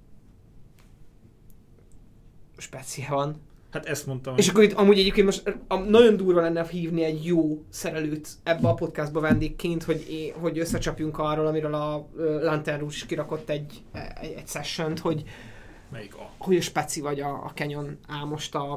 speciál van. Hát ezt mondtam. És akkor itt amúgy egyébként most nagyon durva lenne hívni egy jó szerelőt ebbe a podcastba vendégként, hogy, é, hogy összecsapjunk arról, amiről a Lantern Rouge is kirakott egy, egy, egy sessiont, hogy Melyik a? hogy a speci vagy a, a Canyon áll most a,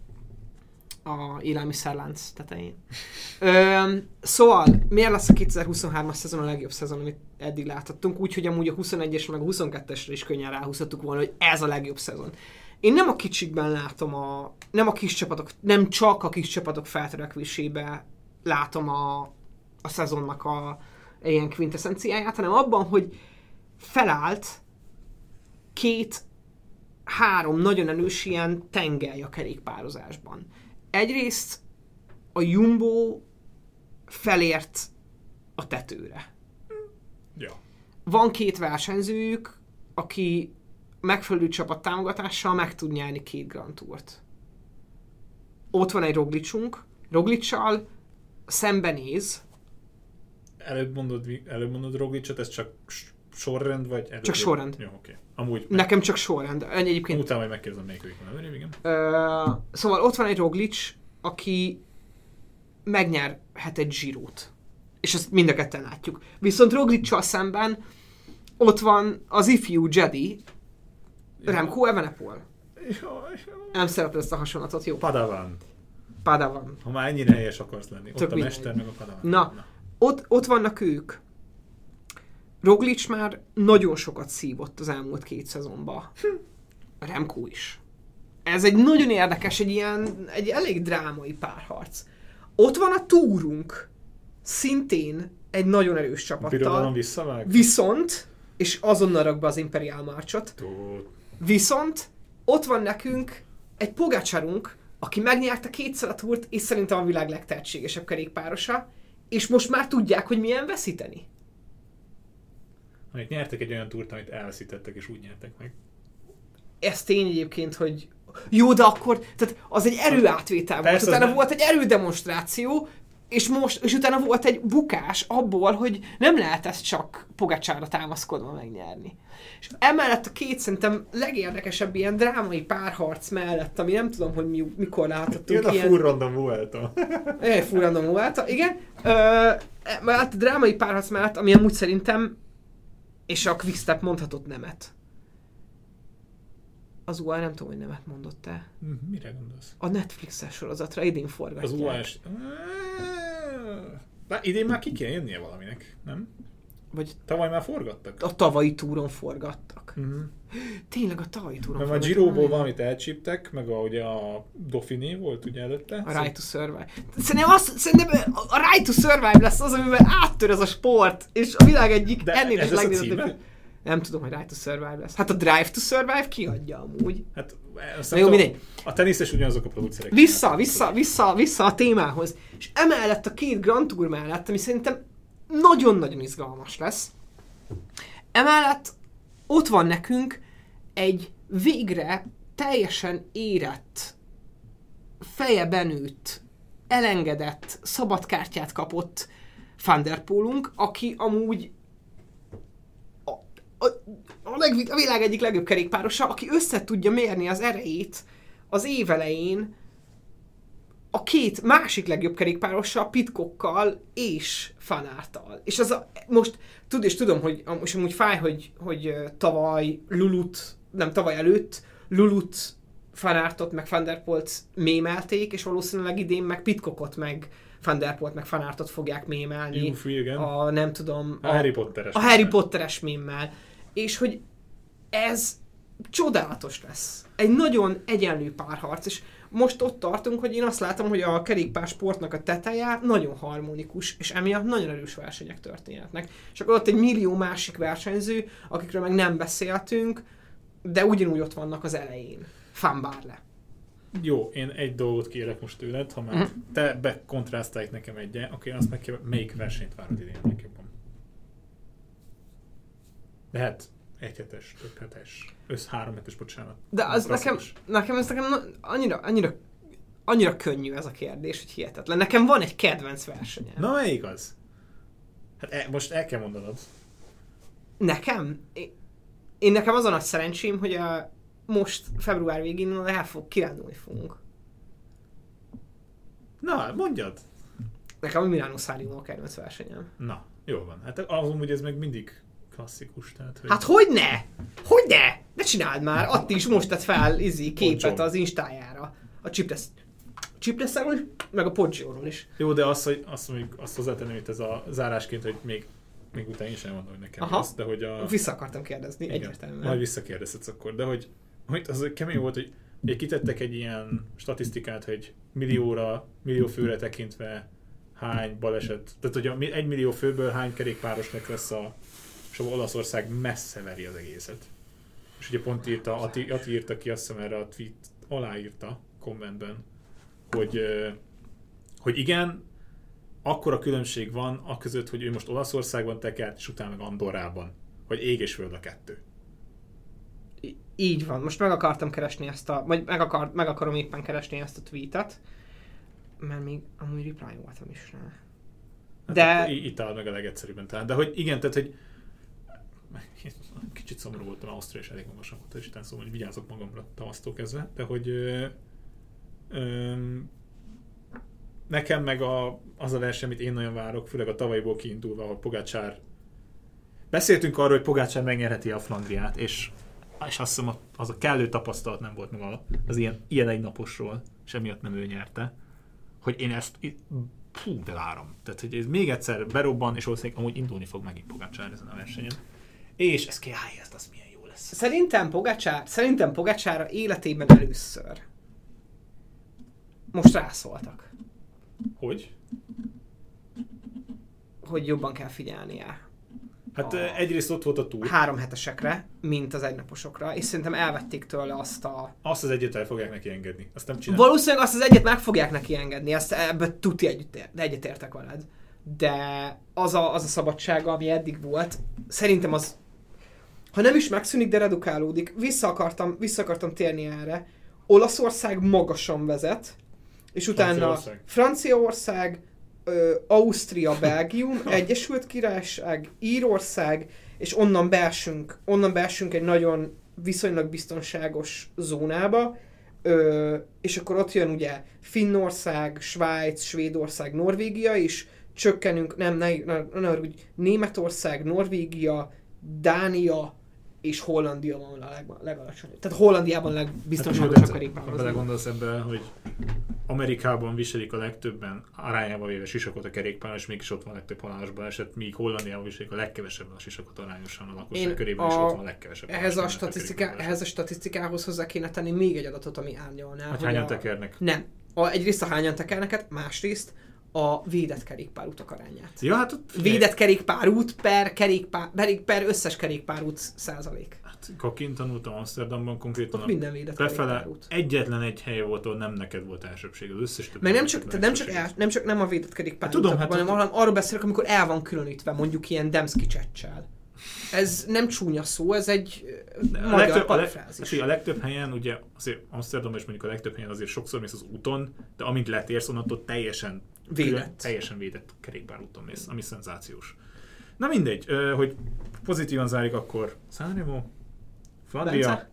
a élelmiszerlánc tetején. Ö, szóval, miért lesz a kétezer-huszonhármas szezon a legjobb szezon, amit eddig láthattunk, úgyhogy amúgy a huszonegyes meg a huszonkettesre is könnyen ráhúzhattuk volna, hogy ez a legjobb szezon. Én nem a kicsikben látom a, nem a kis csapatok, nem csak a kis csapatok feltörekvésébe látom a, a szezonnak a ilyen quintessenciáját, hanem abban, hogy felállt két három nagyon erős ilyen tengely a kerékpározásban. Egyrészt a Jumbo felért a tetőre. Ja. Van két versenyzőjük, aki megfelelő csapat támogatással meg tud nyerni két Grand Tourt. Ott van egy Roglicunk, Roglicsal szembenéz. Előbb mondod, előbb mondod Roglicot, ez csak sorrend, vagy előbb? Csak sorrend. Jó, oké. Amúgy Nekem csak sorrend. Egyébként... Utána majd megkérdezem, melyik ők van. Igen. Ö, szóval ott van egy Roglic, aki megnyerhet egy Girót. És ezt mind a ketten látjuk. Viszont Roglicsal szemben ott van az ifjú Jedi, Remco Evenepoel. Nem szeretem ezt a hasonlatot, jó? Padawan. Padawan. Ha már ennyire helyes akarsz lenni. Tök ott a mindegy. mester, meg a Padawan. Na, Na. Ott, ott vannak ők. Roglic már nagyon sokat szívott az elmúlt két szezonban. Remco is. Ez egy nagyon érdekes, egy ilyen, egy elég drámai párharc. Ott van a túrunk. Szintén egy nagyon erős A csapattal. birodalom visszavág? Viszont, és azonnal rak be az Imperial Marchot, Tud. viszont ott van nekünk egy Pogacarunk, aki megnyerte kétszer a túrt, és szerintem a világ legtehetségesebb kerékpárosa, és most már tudják, hogy milyen veszíteni. Amik nyertek egy olyan túrt, amit elveszítettek, és úgy nyertek meg. Ez tény egyébként, hogy jó, de akkor, tehát az egy erőátvétel volt, Persze, utána nem... volt egy erődemonstráció, és most, és utána volt egy bukás abból, hogy nem lehet ezt csak Pogacarra támaszkodva megnyerni. És emellett a két szerintem legérdekesebb ilyen drámai párharc mellett, ami nem tudom, hogy mi, mikor láthattunk Jön a ilyen... full random Vuelta. Egy full random Vuelta, igen. Ö, mellett a drámai párharc mellett, ami amúgy szerintem, és a Quickstep mondhatott nemet. Az u á nem tudom, hogy nemet mondott-e. Mire gondolsz? A Netflixes sorozatra idén forgatják. Az u á-s... Bár idén már ki kéne jönnie valaminek, nem? Vagy Tavaly már forgattak? a tavalyi túron forgattak. Uh-huh. Tényleg a tavalyi túron Mert a forgattak. Giroból valamit elcsíptek, meg a, ugye a Dauphiné volt ugye előtte. A Right to Survive. Szerintem, azt, szerintem a Right to Survive lesz az, amiben áttör ez a sport, és a világ egyik De ennél ez is lesz a legnézettebb. címe? Nem tudom, hogy Right to Survive lesz. Hát a Drive to Survive kiadja amúgy. Hát, Na jó, mindegy. A teniszes ugyanazok a producerek. Vissza, vissza, vissza, vissza a témához. És emellett a két Grand Tour mellett, ami szerintem nagyon-nagyon izgalmas lesz, emellett ott van nekünk egy végre teljesen érett, feje benőtt, elengedett, szabadkártyát kapott Van der Poelunk, aki amúgy a, a, a, leg, a világ egyik legjobb kerékpárosa, aki össze tudja mérni az erejét az év elején a két másik legjobb kerékpárossal, Pidcockkal és Van Aerttal. És az a, most tud, és tudom, hogy most amúgy fáj, hogy, hogy tavaly Lulut, nem tavaly előtt, Lulut Van Aertot meg Van der Poelt mémelték, és valószínűleg idén meg Pidcockot meg Van der Poelt meg Van Aertot fogják mémelni. A nem tudom... A, a Harry Potteres. A Harry Potteres mémmel. És hogy ez csodálatos lesz. Egy nagyon egyenlő párharc, és most ott tartunk, hogy én azt látom, hogy a kerékpársportnak a teteje nagyon harmonikus, és emiatt nagyon erős versenyek történhetnek. És akkor ott egy millió másik versenyző, akikről meg nem beszéltünk, de ugyanúgy ott vannak az elején. Van Baarle. Jó, én egy dolgot kérek most tőled, ha már mm. te bekontrasztálj nekem egyen, akkor én azt megkérem, melyik versenyt várod idén legjobban? Lehet egy hetes, több hetes, össz három hetes, bocsánat. De az nekem, nekem ez nekem annyira, annyira, annyira könnyű ez a kérdés, hogy hihetetlen. Nekem van egy kedvenc versenyem. Na, melyik az? Hát e, most el kell mondanod. Nekem? Én, én nekem az a nagy szerencsém, hogy a, most február végén el fog kirándulni fogunk. Na, mondjad. Nekem a Milano Sanremo a kedvenc versenyem. Na, jó van. Hát azon, hogy ez meg mindig klasszikus, tehát... Hogy... Hát hogyne? Hogyne? Ne csináld már! Atti is most tett fel izzi képet az Instájára. A Cipressről, meg a Poggioról is. Jó, de azt, hogy azt, mondjuk, azt hozzátenném itt ez a zárásként, hogy még, még utána is elmondom, hogy nekem Aha. lesz, de hogy a... Vissza akartam kérdezni, igen, egyértelműen. majd visszakérdezhetsz akkor, de hogy, hogy az kemény volt, hogy, hogy kitettek egy ilyen statisztikát, hogy millióra, millió főre tekintve hány baleset, tehát hogy a egy millió főből hány kerékpárosnak lesz a... és Olaszország messze veri az egészet. És ugye pont írta, Ati, Ati írta ki, azt hiszem erre a tweet aláírta kommentben, hogy, hogy igen, akkora különbség van a között, hogy ő most Olaszországban tekert, és utána meg Andorrában, hogy ég és föld a kettő. I- így van. Most meg akartam keresni ezt a, vagy meg, akar, meg akarom éppen keresni ezt a tweetet, mert még amúgy reply voltam is rá. Hát de... Itt áll meg a legegyszerűbben. Tehát, de hogy igen, tehát, hogy kicsit szomorú voltam, Ausztria is elég magasan volt, és utána szóval, hogy vigyázok magamra tavasztól kezdve, de hogy ö, ö, nekem meg a, az a verseny, amit én nagyon várok, főleg a tavalyból kiindulva, ahol Pogačar, beszéltünk arról, hogy Pogačar megnyerheti a Flandriát, és, és azt hiszem, az a kellő tapasztalat nem volt meg az ilyen, ilyen egy naposról, és emiatt nem ő nyerte, hogy én ezt fú, de várom. Tehát, hogy ez még egyszer berobban, és valószínűleg amúgy indulni fog megint Pogačar ezen a versenyen. És ez ki állj, ezt az milyen jó lesz. Szerintem Pogačar, szerintem Pogačarra életében először most rászóltak. Hogy? Hogy jobban kell figyelnie. Hát a egyrészt ott volt a túl. Három hetesekre, mint az egynaposokra, és szerintem elvették tőle azt a... Azt az egyet el fogják neki engedni. Azt nem csinál. Valószínűleg azt az egyet meg fogják neki engedni, ezt ebben tuti együtt, egyetértek veled. De az a, az a szabadsága, ami eddig volt, szerintem az, ha nem is megszűnik, de redukálódik. Vissza akartam, vissza akartam térni erre. Olaszország magasan vezet, és utána Franciaország, Franciaország ö, Ausztria, Belgium, Egyesült Királyság, Írország, és onnan beesünk, onnan beesünk egy nagyon viszonylag biztonságos zónába, ö, és akkor ott jön ugye Finnország, Svájc, Svédország, Norvégia is, csökkenünk, nem, ne, ne, ne, ne Németország, Norvégia, Dánia és Hollandia van a leg, legalacsonyabb. Tehát Hollandiában legbiztonságosabb kerékpározó. Ha belegondolsz ebben, hogy Amerikában viselik a legtöbben arányában véve sisakot a kerékpáron, és mégis ott van a legtöbb halálos baleset, míg Hollandiában viselik a legkevesebb a sisakot arányosan a lakosság körében, és ott van a legkevesebb. Ehhez a, statisztiká, a ehhez a statisztikához hozzá kéne tenni még egy adatot, ami árnyalná. Hogy hányan tekernek? Nem. A, egyrészt a hányan tekerneket, másrészt a védett kerékpárútak arányát. Ja, hát ott védett kerékpárút per, kerékpár, per összes kerékpárút százalék. Hát, ha kint tanultam Amsterdamban konkrétan, ott minden védett befele kerékpárút. Egyetlen egy hely volt, ahol nem neked volt elsőbség, az összes többi. Meg nem csak, tehát nem, csak el, nem csak nem a védett kerékpárút, hát, tudom, hát, hanem hát, arról beszélek, amikor el van különítve, mondjuk ilyen Demszki csecsel. Ez nem csúnya szó, ez egy a magyar legtöbb, parafrázis. A, leg, a legtöbb helyen, ugye azért Amsterdamban és mondjuk a legtöbb helyen azért sokszor mész az úton, de amint letérsz, onnantól teljesen védett, külön, teljesen védett kerékpárúton mész, ami szenzációs. Na mindegy, hogy pozitívan zárjuk akkor Sanremo, Flandria,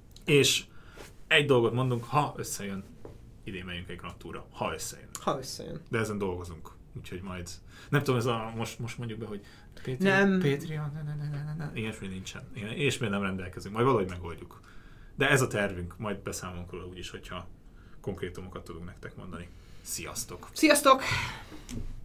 és egy dolgot mondunk, ha összejön, idén megyünk egy Grand Tourra, ha összejön. Ha összejön. De ezen dolgozunk, úgyhogy majd, nem tudom, ez a, most, most mondjuk be, hogy Patreon, nem. Patreon, ne, ne, ne, ne, ne, ilyesmi nincsen, ilyesmi nem rendelkezünk, majd valahogy megoldjuk. De ez a tervünk, majd beszámolunk róla úgyis, hogyha konkrétumokat tudunk nektek mondani. Sziasztok! Sziasztok!